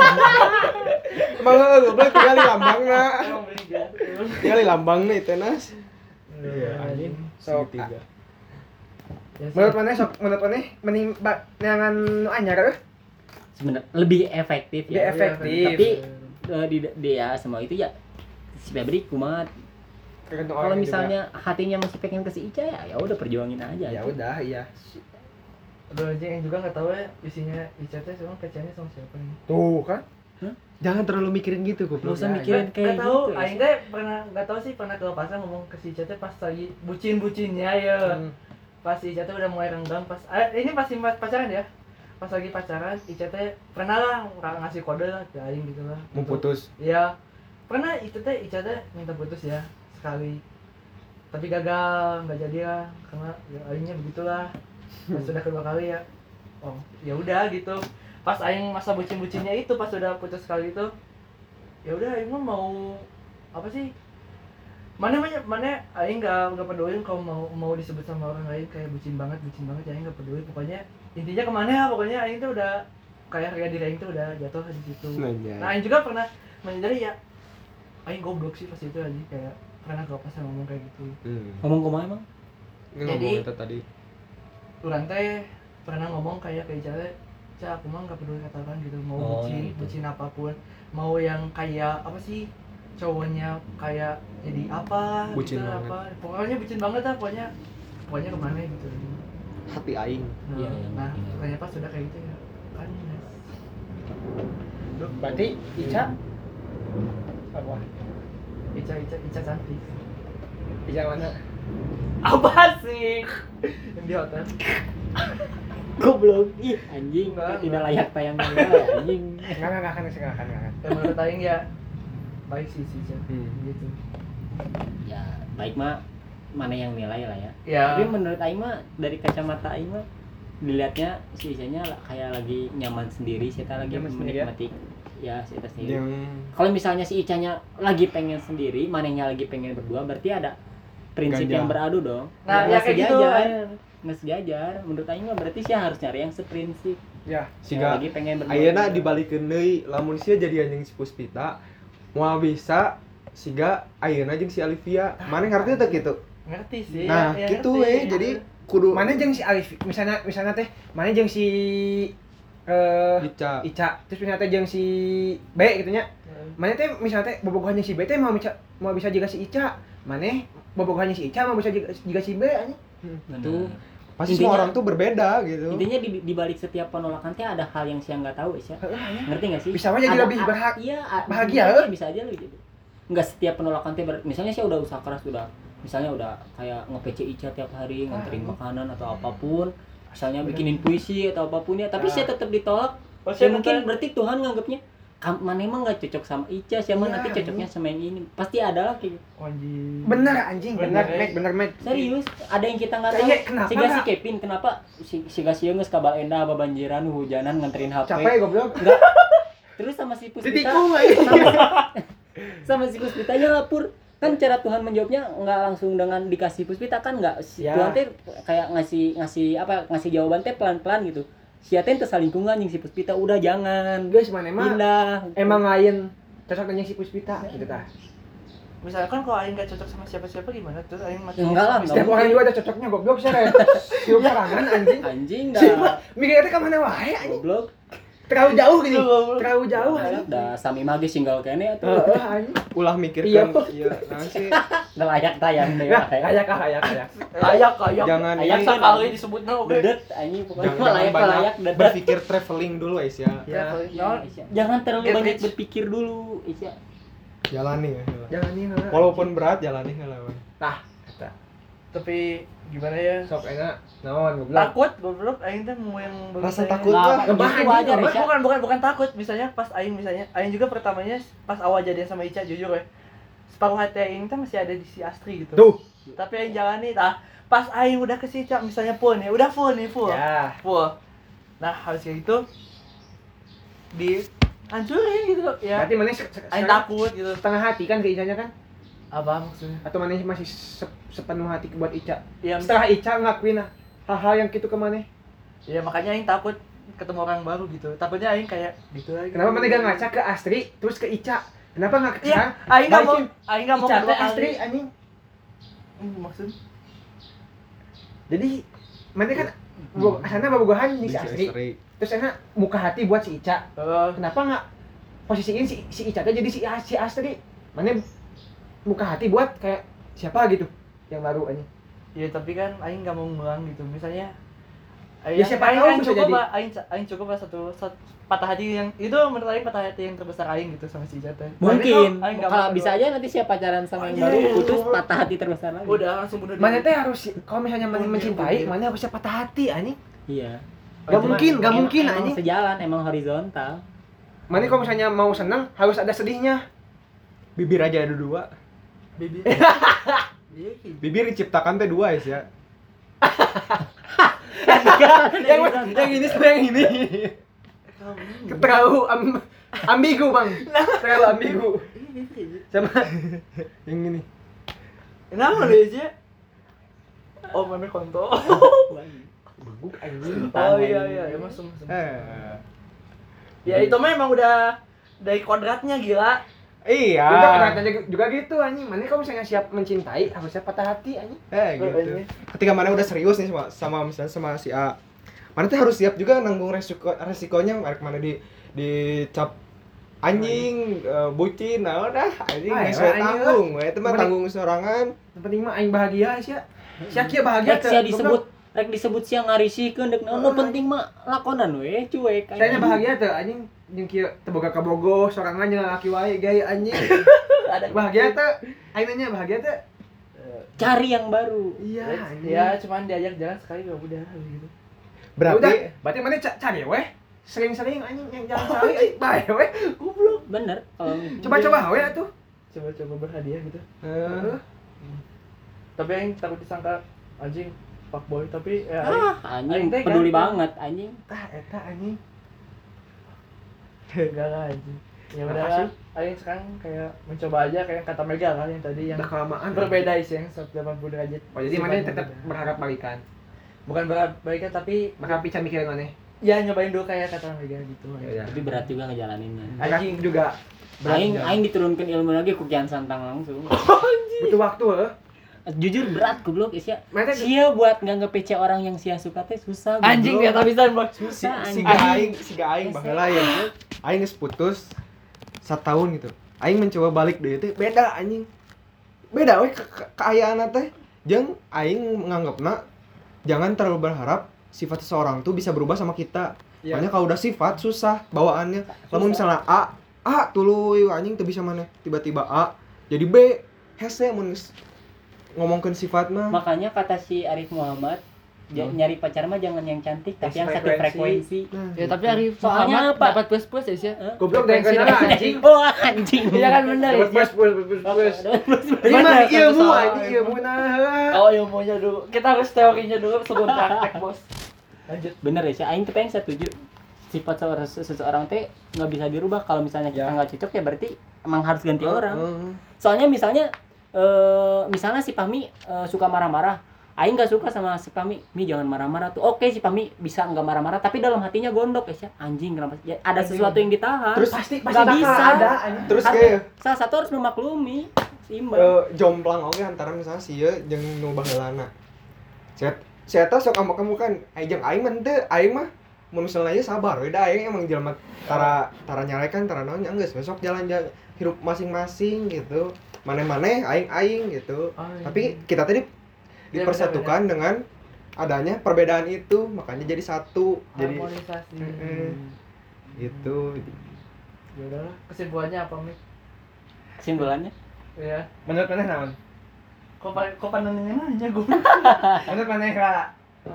Emang eh, goblok tinggal di lambangna. Emang beli jatuh. Tinggal di lambangna Itanas. Iya, anjing. Sok, Segitiga. Ya, Menurut mana sok menurut mana mending ba- neangan nu anyar euy? Sebenarnya lebih efektif Lebih ya. efektif. Tapi eh, di dia semua itu ya si Febri kumat. Tergantung Kalau orangnya misalnya hatinya masih pengen ke si Ica ya ya udah perjuangin aja. juga. Ya udah, iya. Aduh anjing yang juga nggak tahu ya isinya Ica teh sama pacarnya sama siapa nih. Tuh kan. Jangan terlalu mikirin gitu Nggak goblok. usah Ya, mikirin kayak Nggak tahu, gitu. ya. aing teh pernah nggak tahu sih pernah kelepasan ngomong ke si Ica teh pas lagi bucin-bucinnya ya. Hmm. Pas si Ica teh udah mulai renggang pas eh, ini pasti pacaran ya. Pas lagi pacaran Ica teh pernah lah ng- ngasih kode lah ke aing gitu lah. Mau putus. Iya. Pernah itu teh Ica teh minta putus ya sekali. Tapi gagal, nggak jadi lah karena ya aingnya begitulah. Pas sudah kedua kali ya. Oh, ya udah gitu. Pas aing masa bucin-bucinnya itu pas sudah putus sekali itu ya udah aing mah mau apa sih? Mana mana mana aing nggak nggak peduli kalau mau mau disebut sama orang lain kayak bucin banget, bucin banget ya aing nggak peduli. Pokoknya intinya kemana ya pokoknya aing tuh udah kayak harga diri aing tuh udah jatuh di situ. Anjay. Nah, aing juga pernah menyadari ya aing goblok sih pas itu aja kayak pernah kelepasan ngomong kayak gitu. Hmm. Ngomong kumaha emang? Ini Jadi- ngomong itu tadi. Urang teh pernah ngomong kayak ke Ica teh, "Ca, aku mah enggak peduli kata orang gitu, mau Oh, bucin, gitu. bucin apapun, mau yang kayak apa sih? Cowoknya kayak jadi apa Bucin gitu banget. apa. Pokoknya bucin banget lah pokoknya. Pokoknya kemana gitu. Hati aing. Nah, Iya, iya, nah iya. makanya pas sudah kayak gitu ya. Kan Nes. Duh, Berarti Ica apa? Ica Ica Ica cantik. Ica mana? Apa sih? Yang di hotel. Goblok. Ih, anjing. Enggak, Tidak enggak. layak tayang juga ya, anjing. Enggak enggak akan enggak akan enggak akan. Ya menurut aing ya baik sih si Ica. Hmm. Gitu. Ya, baik mah mana yang nilai lah ya. Ya. Tapi menurut aing mah dari kacamata aing mah dilihatnya si Ica-nya la- kayak lagi nyaman sendiri, sih lagi Nyaman sendiri ya? menikmati ya si Ica sendiri. Yang Kalau misalnya si Ica-nya lagi pengen sendiri, manehnya lagi pengen berdua, berarti ada prinsip Ganja. yang beradu dong. Nah, Nggak ya kayak gitu. sejajar. Nggak sejajar. Menurut aing mah berarti sih harus cari yang seprinsip. Ya, Yang siga lagi pengen berdua. ayeuna juga. dibalikeun deui lamun sia jadi anjing si Puspita moal bisa siga ayeuna jeung si Alivia. Mana ngarti teh kitu? Ngerti sih. Nah, ya, gitu ngerti. we. Jadi kudu mana jeung si Alif misalnya misalnya teh mana jeung si eh Ica. Ica terus misalnya teh jeung si B gitu nya. Mana teh misalnya teh bobogohan jeung si B teh mau bisa mau bisa juga si Ica. Mana bobogohan jeung si Ica mau bisa juga, juga si B anjing. Bener. Pasti Intinya- semua orang tuh berbeda gitu. Intinya di, di balik setiap penolakan teh ada hal yang sia nggak tahu sih. Ngerti nggak sih? Bisa aja jadi Ada- lebih a- berhak- Iya, a- bahagia, bisa, eh? bisa aja lebih gitu. Nggak setiap penolakan teh ber- misalnya saya udah usaha keras udah misalnya udah kayak nge-P C Ica tiap hari, nganterin makanan atau apapun, misalnya bikinin puisi atau apapun ya, tapi Nah. saya tetap ditolak. Oh, Ya saya mungkin bukan- berarti Tuhan nganggapnya "Kam- mana emang nggak cocok sama Ica, siapa Iya, nanti cocoknya sama yang ini. Pasti ada lah kayak gitu. Anjing. Bener anjing, bener, Bener, Mek, bener, Mek. Serius, ada yang kita nggak tahu. Kayaknya kenapa Siga si nggak? Kevin, kenapa si siga si geus kabal endah babanjiran hujanan nganterin H P. Capek goblok. Enggak. Terus sama si Puspita. Ditikung lagi. Sama, sama si Puspitanya lapor. Kan cara Tuhan menjawabnya nggak langsung dengan dikasih Puspita kan nggak. Si Ya. Tuhan teh kayak ngasih ngasih apa ngasih jawaban teh pelan-pelan gitu. Si Aten teh salingkungan yang si Puspita udah jangan. Guys, mana emang Pindah. emang lain cocok dengan si Puspita gitu tah. Misalkan kalau aing nggak cocok sama siapa-siapa gimana terus aing mati. Enggak lah, enggak Setiap orang juga ada cocoknya goblok sih. Siu serangan anjing. Anjing Si dah. mikirnya teh ka mana wae anjing. Goblok. Terlalu jauh gini. Terlalu jauh anjing. Dah sami mage single kene atuh. Heeh anjing. Ulah mikirkan Iya. iya nah sih Nggak layak tayang deh. Nah, kayak kah kayak kayak. Layak kayak. jangan Ayak ini- Sekali disebutnya oke. Dedet anjing pokoknya jangan, mah jangan layak banyak layak dedet. berpikir traveling dulu Ais ya. Ya. Ya, jangan terlalu Get banyak rich. berpikir dulu, Isya. Jalani ya. Jangan nih. heeh. Walaupun berat jalani heula. Tah, eta. Tapi gimana ya? Sok enak. Naon goblok. Takut goblok aing teh mau yang Rasa bagus takut aing. mah Nggak, ngebah justru anjing, wajar, ngebah. Isya. Bukan bukan bukan takut, misalnya pas aing misalnya aing juga pertamanya pas awal jadian sama Ica jujur ya. Separuh hati aing teh masih ada di si Astri gitu. Tuh. Tapi aing jalani tah. Pas aing udah ke si Ica misalnya full nih, udah full nih full. Ya. Full. Nah, habis kayak gitu di hancurin gitu ya. Berarti mana se- se- Aing sekarang takut gitu. setengah hati kan ke Icanya kan? Apa maksudnya? Atau mana masih se- sepenuh hati buat Ica? Ya, Setelah Ica ngakuin hal-hal yang gitu ke mana? ya makanya aing takut ketemu orang baru gitu. Takutnya aing kayak gitu lagi. Kenapa mana gak ngaca ke Astri terus ke Ica? Kenapa nggak ke Iya, sekarang? aing enggak mau balikin aing enggak mau Ica kedua teh kali. Astri anjing. Hmm, maksud Jadi mana kan bu- asana bobogohan nih si Bisa Astri. Astri. Terus enak muka hati buat si Ica. eh Kenapa nggak posisiin si si Ica teh jadi si si Astri? Mana muka hati buat kayak siapa gitu yang baru anjing. ya tapi kan aing enggak mau ngulang gitu. Misalnya Ya, siapa aing, tahu aing bisa cukup jadi. lah, aing aing cukup lah satu, satu patah hati yang itu menurut aing patah hati yang terbesar aing gitu sama si Ica teh. Tapi Mungkin. kalau aing nggak Kalau mau bisa kedua. aja nanti siapa pacaran sama yang Anjing. baru putus patah hati terbesar lagi. Udah langsung bunuh diri. Mana teh harus kalau misalnya mana Bunuh diri, mencintai, bunuh diri. mana harusnya patah hati anjing. Iya. Gak mungkin, gak Emang- mungkin emang anjing. sejalan, emang horizontal. Mana kalau misalnya mau seneng harus ada sedihnya. Bibir aja ada dua. Bibir. Iya gitu. Bibir diciptakan teh dua Ais ya. yang yang ini sama yang ini. Terlalu am, ambigu bang. Terlalu ambigu. Iya bibir. Sama Yang ini. Kenapa lu aja? Oh, meme konto. baguk anjing. Oh iya iya, ya masuk masuk. Eh. Ya itu mah emang udah dari kodratnya gila. Iya. Udah kadang-kadang juga gitu anjing. Mana kalau misalnya siap mencintai harusnya patah hati anjing. Eh Oh, gitu. ini. Ketika mana udah serius nih sama sama misalnya sama si A. Mana tuh harus siap juga nanggung resiko resikonya merek mana di dicap anjing eh, bucin nah udah anjing Ah, geus ya, we anjing, tanggung we teh mah Mending- tanggung sorangan. Yang penting mah aing bahagia sih. Sia kieu bahagia Rek sia disebut rek disebut sia ngarisikeun deuk naon nu penting mah lakonan we cuek. Saya bahagia tuh anjing jeung kieu teu boga kabogoh sorangan jeung laki wae gaya anjing. Ada Bahagia tuh. Aing nanya bahagia tuh. Cari yang baru. Iya anjing. Ya cuman diajak jalan sekali ya udah gitu. Udah, Berarti berarti mana ca- cari weh. Sering-sering anjing yang jalan cari bae weh. Goblok. Bener. Kalau Coba-coba we atuh. Coba-coba berhadiah gitu. eh, Tapi yang takut disangka anjing fuckboy tapi ya aing- ah anjing Aing teh peduli gampang. banget anjing. Tah eta anjing. enggak lah anjing. Ya Apa udah sih? lah. Aing sekarang kayak mencoba aja kayak kata Mega kan yang tadi yang Udah kelamaan. berbeda sih yang seratus delapan puluh derajat. Oh jadi mana Sifatnya tetap beda. berharap balikan. Bukan berharap balikan tapi Bakal bisa mikirin mana? ya nyobain dulu kayak kata Mega gitu. Ya udah. Tapi berat juga ngejalaninnya. Anjing. juga Aing aing diturunkan ilmu lagi ku kian santang langsung. butuh waktu heuh. Jujur berat goblok Isya. Mana Sia buat nggak nge-P C orang yang sia suka teh susah. goblok. Anjing dia tapi bisa bos. si Susah si anjing. aing si aing baheula ya. Aing geus putus setahun gitu. Aing mencoba balik deui teh beda anjing. Beda we ke- ke- keayaan teh. jeung aing menganggapna jangan terlalu berharap sifat seseorang tuh bisa berubah sama kita. Iya. Makanya kalau udah sifat susah bawaannya. Lamun misalnya A, A tuluy anjing teu bisa maneh tiba-tiba A jadi B, hese mun geus ngomongkeun sifat mah. Makanya kata si Arif Muhammad, ja- Hmm. nyari pacar mah jangan yang cantik tapi yang satu Frekuensi. frekuensi. Ya tapi Arif Soalnya Muhammad apa? dapat plus-plus ya sih. Hah? Goblok dan kenal anjing. Oh anjing. Iya kan benar ya. Plus plus plus plus. Ini Bener, mah satu ilmu soal. anjing ilmu nah. Oh ilmunya dulu. Kita harus teorinya dulu sebelum praktek bos. Lanjut. Bener ya sih, aing tuh pengen setuju. Sifat seorang, seseorang teh nggak bisa dirubah. Kalau misalnya kita Ya. nggak cocok ya berarti emang harus ganti orang. Heeh. Soalnya misalnya eh misalnya si Pami eh, suka marah-marah, aing nggak suka sama si Pami, Mi jangan marah-marah tuh. Oke si Pami bisa nggak marah-marah, tapi dalam hatinya gondok ya, anjing kenapa? Ya, ada sesuatu yang ditahan. Terus Pasti pasti Nggak bakal bisa. ada anjing. Terus Harus- kayak salah satu harus memaklumi, seimbang. eh, jomplang oge antara misalnya sieu jeung nu baheulana. Set si eta sok kamu kan aing jeung aing mah teu aing mah mun misalnya ieu sabar we da aing emang jelema tara tara nyalekan tara naon nya geus besok jalan-jalan hirup masing-masing gitu. Maneh-maneh aing-aing gitu. Oh, iya. Tapi kita tadi Iya, dipersatukan dengan adanya perbedaan itu, makanya jadi satu. Jadi Harmonisasi. Mm-mm. gitu. Ya udahlah, kesimpulannya apa, Mik? Kesimpulannya Ya. Menurut maneh naon? Kok pa- kok pandangannya nanya gue? Menurut maneh Kak?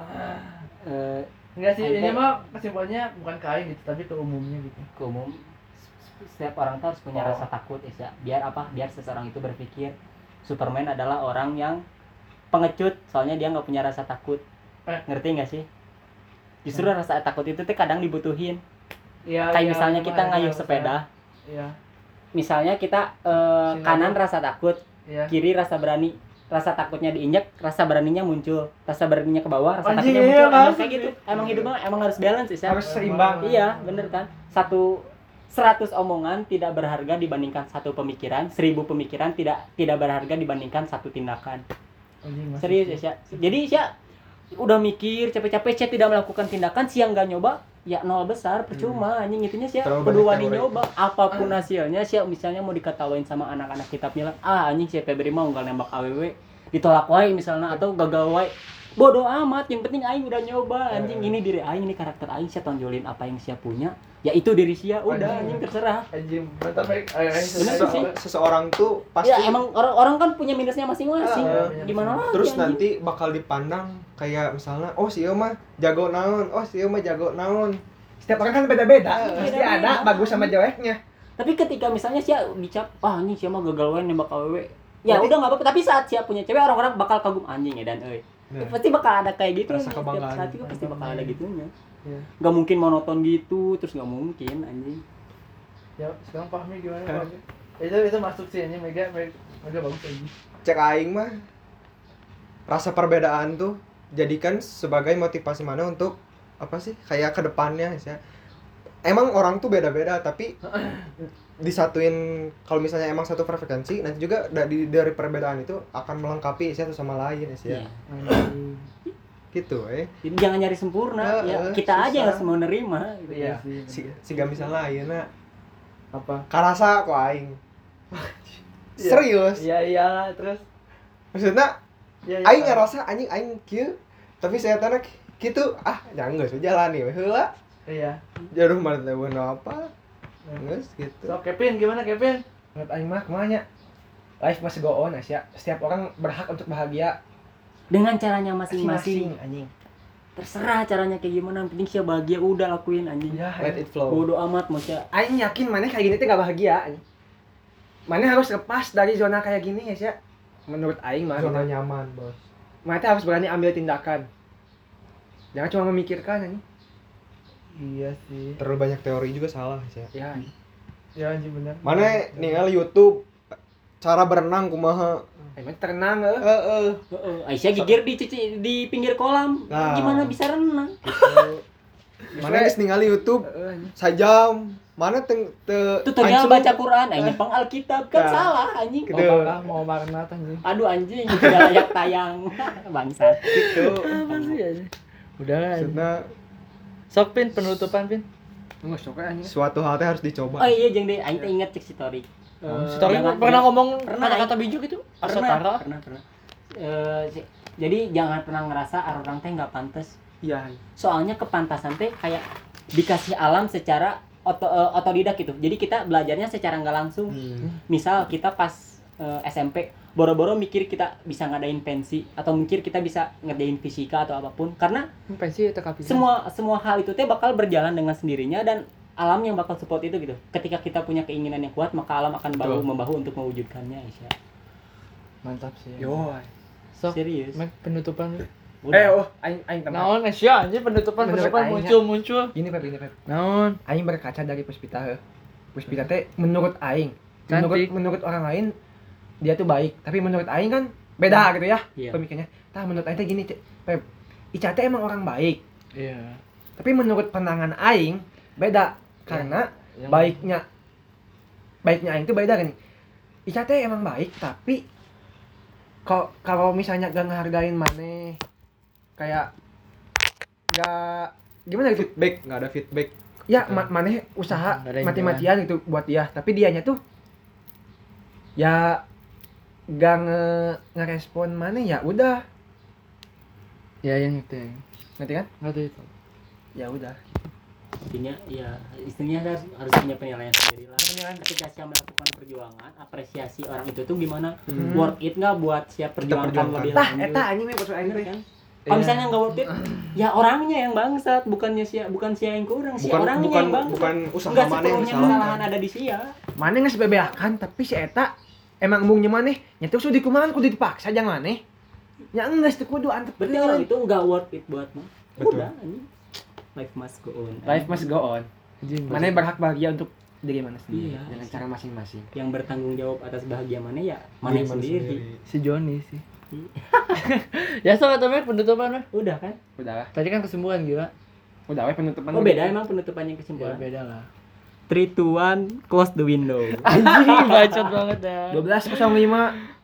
eh Enggak sih, ini Sampai- mah kesimpulannya bukan ke aing gitu, tapi ke umumnya gitu. ke umum setiap orang tuh harus punya Oh. rasa takut ya. Biar apa? Biar seseorang itu berpikir Superman adalah orang yang pengecut, soalnya dia nggak punya rasa takut. Eh. Ngerti nggak sih? Justru rasa takut itu tuh kadang dibutuhin. Iya. Kayak iya, misalnya cuma kita ada ngayuh rasa- sepeda, Iya. misalnya kita eh, Singapura. kanan rasa takut, Iya. kiri rasa berani. Rasa takutnya diinjek, rasa beraninya muncul. Rasa beraninya ke bawah, rasa Anjing, takutnya iya, muncul. Emang maksud kayak gitu. sih. Emang hidup mah emang harus balance sih. Harus seimbang. Iya, bener kan? Satu seratus omongan tidak berharga dibandingkan satu pemikiran, seribu pemikiran tidak tidak berharga dibandingkan satu tindakan. Anjing, maksud Serius sih. ya, Sya. Jadi Sya udah mikir capek-capek Sya tidak melakukan tindakan, siang nggak nyoba, ya nol besar, percuma anjing itunya Sya Terlalu kudu banyak wani teori. nyoba apapun hasilnya. Sya misalnya mau diketawain sama anak-anak kita bilang, "Ah, anjing si Febri mau nggak nembak A W W." Ditolak wae misalnya atau gagal wae. Bodoh amat, yang penting aing udah nyoba anjing, ini diri aing, ini karakter aing, Sya tonjolin apa yang Sya punya, ya itu diri Sya, udah anjing terserah. Anjing, mantap Mik. Ayo, ayo, Bener selesai. sih. Seseorang tuh pasti Ya emang orang-orang kan punya minusnya masing-masing. Ah, Gimana lagi? terus anjing? nanti bakal dipandang kayak misalnya oh si ieu mah jago naon, oh si ieu mah jago naon. Setiap orang kan beda-beda. Pasti Beda-beda. ada bagus sama jeleknya. Tapi ketika misalnya Sia dicap, ah anjing Sia mah gagal wae nembak A W W. Ya Berarti- udah enggak apa-apa, tapi saat Sia punya cewek orang-orang bakal kagum anjing ya dan euy. Nah. Pasti bakal ada kayak gitu. Rasa Setiap kebanggaan. saat juga pasti bakal ada gitunya. Iya. Gak mungkin monoton gitu, terus gak mungkin anjing. Ya, sekarang Fahmi gimana Fahmi? Itu itu masuk sih ini mega mega, mega bagus aja. Cek aing mah rasa perbedaan tuh jadikan sebagai motivasi mana untuk apa sih kayak ke depannya ya. Emang orang tuh beda-beda tapi disatuin kalau misalnya emang satu frekuensi nanti juga dari dari perbedaan itu akan melengkapi satu sama lain ya. Iya. Anjing. Gitu eh. Jadi jangan nyari sempurna, Eh, ya eh, kita aja susah. yang harus mau nerima gitu. Iya Ya. sih. Si siga misalnya ayeuna Apa? karasa kok aing. Iya. Serius. Iya iya terus. Maksudnya Iya, iya. aing ngerasa anjing aing kieu tapi saya tanah gitu ah jangan geus jalani we heula. Iya. Jaduh mana teh apa? Geus gitu. So Kevin gimana Kevin? Menurut aing mah kemana? Life must go on, Asya. Setiap orang berhak untuk bahagia Dengan caranya masing-masing. anjing. Terserah caranya kayak gimana, yang penting Sia bahagia udah lakuin anjing. Ya, Let it flow. Bodoh amat mau Sia. aing yakin mana kayak gini tuh gak bahagia anjing. Mana harus lepas dari zona kayak gini ya, Sya. Menurut aing mah Zona gitu. nyaman, Bos. Mana tuh harus berani ambil tindakan. Jangan cuma memikirkan anjing. Iya sih. Terlalu banyak teori juga salah sih. Ya. Ya anjing bener. Mana ningali YouTube cara berenang kumaha? Emang tenang eh. Heeh. Heeh, Aisyah gigir di cuci di pinggir kolam. Nah. Gimana bisa renang? Mana geus ningali YouTube Heeh, anjing. sajam. Mana teng te Tutorial anjing. baca Quran, eh nyepang Alkitab kan Nah. salah anjing. Oh, Gitu. kakak mau marnat anjing. Aduh anjing, tidak layak tayang. Bangsat. Gitu. Apa sih anjing? Udah lah. anjing. Maksudnya Sok Pin penutupan Pin. Nggak suka anjing. suatu hal teh harus dicoba. Oh iya jeung deui aing teh inget cek si Torik. Eh, Story jangan- pernah ngomong Pernah, kata-kata bijak itu? pernah, Asatara. pernah, pernah. eh, si- jadi jangan pernah ngerasa orang teh nggak pantas. Iya. Soalnya kepantasan teh kayak dikasih alam secara oto, eh, otodidak gitu. Jadi kita belajarnya secara nggak langsung. Hmm. Misal kita pas eh, S M P boro-boro mikir kita bisa ngadain pensi atau mikir kita bisa ngerjain fisika atau apapun, karena pensi itu kapisan. semua semua hal itu teh bakal berjalan dengan sendirinya dan alam yang bakal support itu gitu. Ketika kita punya keinginan yang kuat, maka alam akan bahu Betul. membahu untuk mewujudkannya, Aisyah. Mantap sih. Yo. So, Serius. Mek, penutupan. Eh, oh, aing aing teman. Naon Asia anjir penutupan Menurut penutupan aing, muncul muncul. Gini Pep, gini Pep. Naon? Aing berkaca dari Puspita heuh. Puspita teh menurut aing, menurut Cantik. menurut orang lain dia tuh baik, tapi menurut aing kan beda gitu ya Iya. pemikirannya. Tah menurut aing teh gini, Cek. Pep. Ica teh emang orang baik, Iya. tapi menurut pandangan aing beda karena Yang- baiknya baiknya aing tuh beda gini. Ica teh emang baik tapi kok kalau misalnya gak ngehargain maneh kayak gak gimana gitu Feedback, nggak ada feedback. ya Gitu. ma- maneh usaha Nggak ada yang mati-matian gitu buat dia tapi dianya tuh ya gak nge ngerespon maneh ya udah Ya yang itu. yang. ngerti kan Enggak tahu itu. ya udah Intinya ya istrinya harus harus punya penilaian sendiri lah. Ketika siap melakukan perjuangan, apresiasi orang itu tuh gimana? Hmm. Worth it nggak buat siap perjuangkan perjuangkan. lebih tah lanjut? eta anjing we maksud aing Bener teh kan? Iya. Kalau misalnya nggak worth it, ya orangnya yang bangsat, bukannya sia bukan sia yang kurang, si Bukan orangnya bukan yang bangsat. bukan usaha Enggak mana yang sepenuhnya salah. kesalahan ada di sia. maneh geus bebeakan tapi si eta emang embungnya maneh nya tuh di kumaha kudu dipaksa jangan maneh nya geus teu kudu antep Berarti orang itu nggak worth it buat mah. Betul. Udah, anjing. Life must go on. life must go on Anjing. maneh berhak bahagia untuk diri mana sendiri Iya. dengan cara masing-masing Yang bertanggung jawab atas bahagia mana ya mana Diri mana sendiri. Si Joni sih. Ya so atau Mek penutupan Mek. Udah kan? udah lah Tadi kan kesimpulan gila. udah we penutupan Oh beda emang penutupannya Ya kesimpulan. beda lah. three, two, one, close the window. Anjing bacot banget dah. dua belas nol lima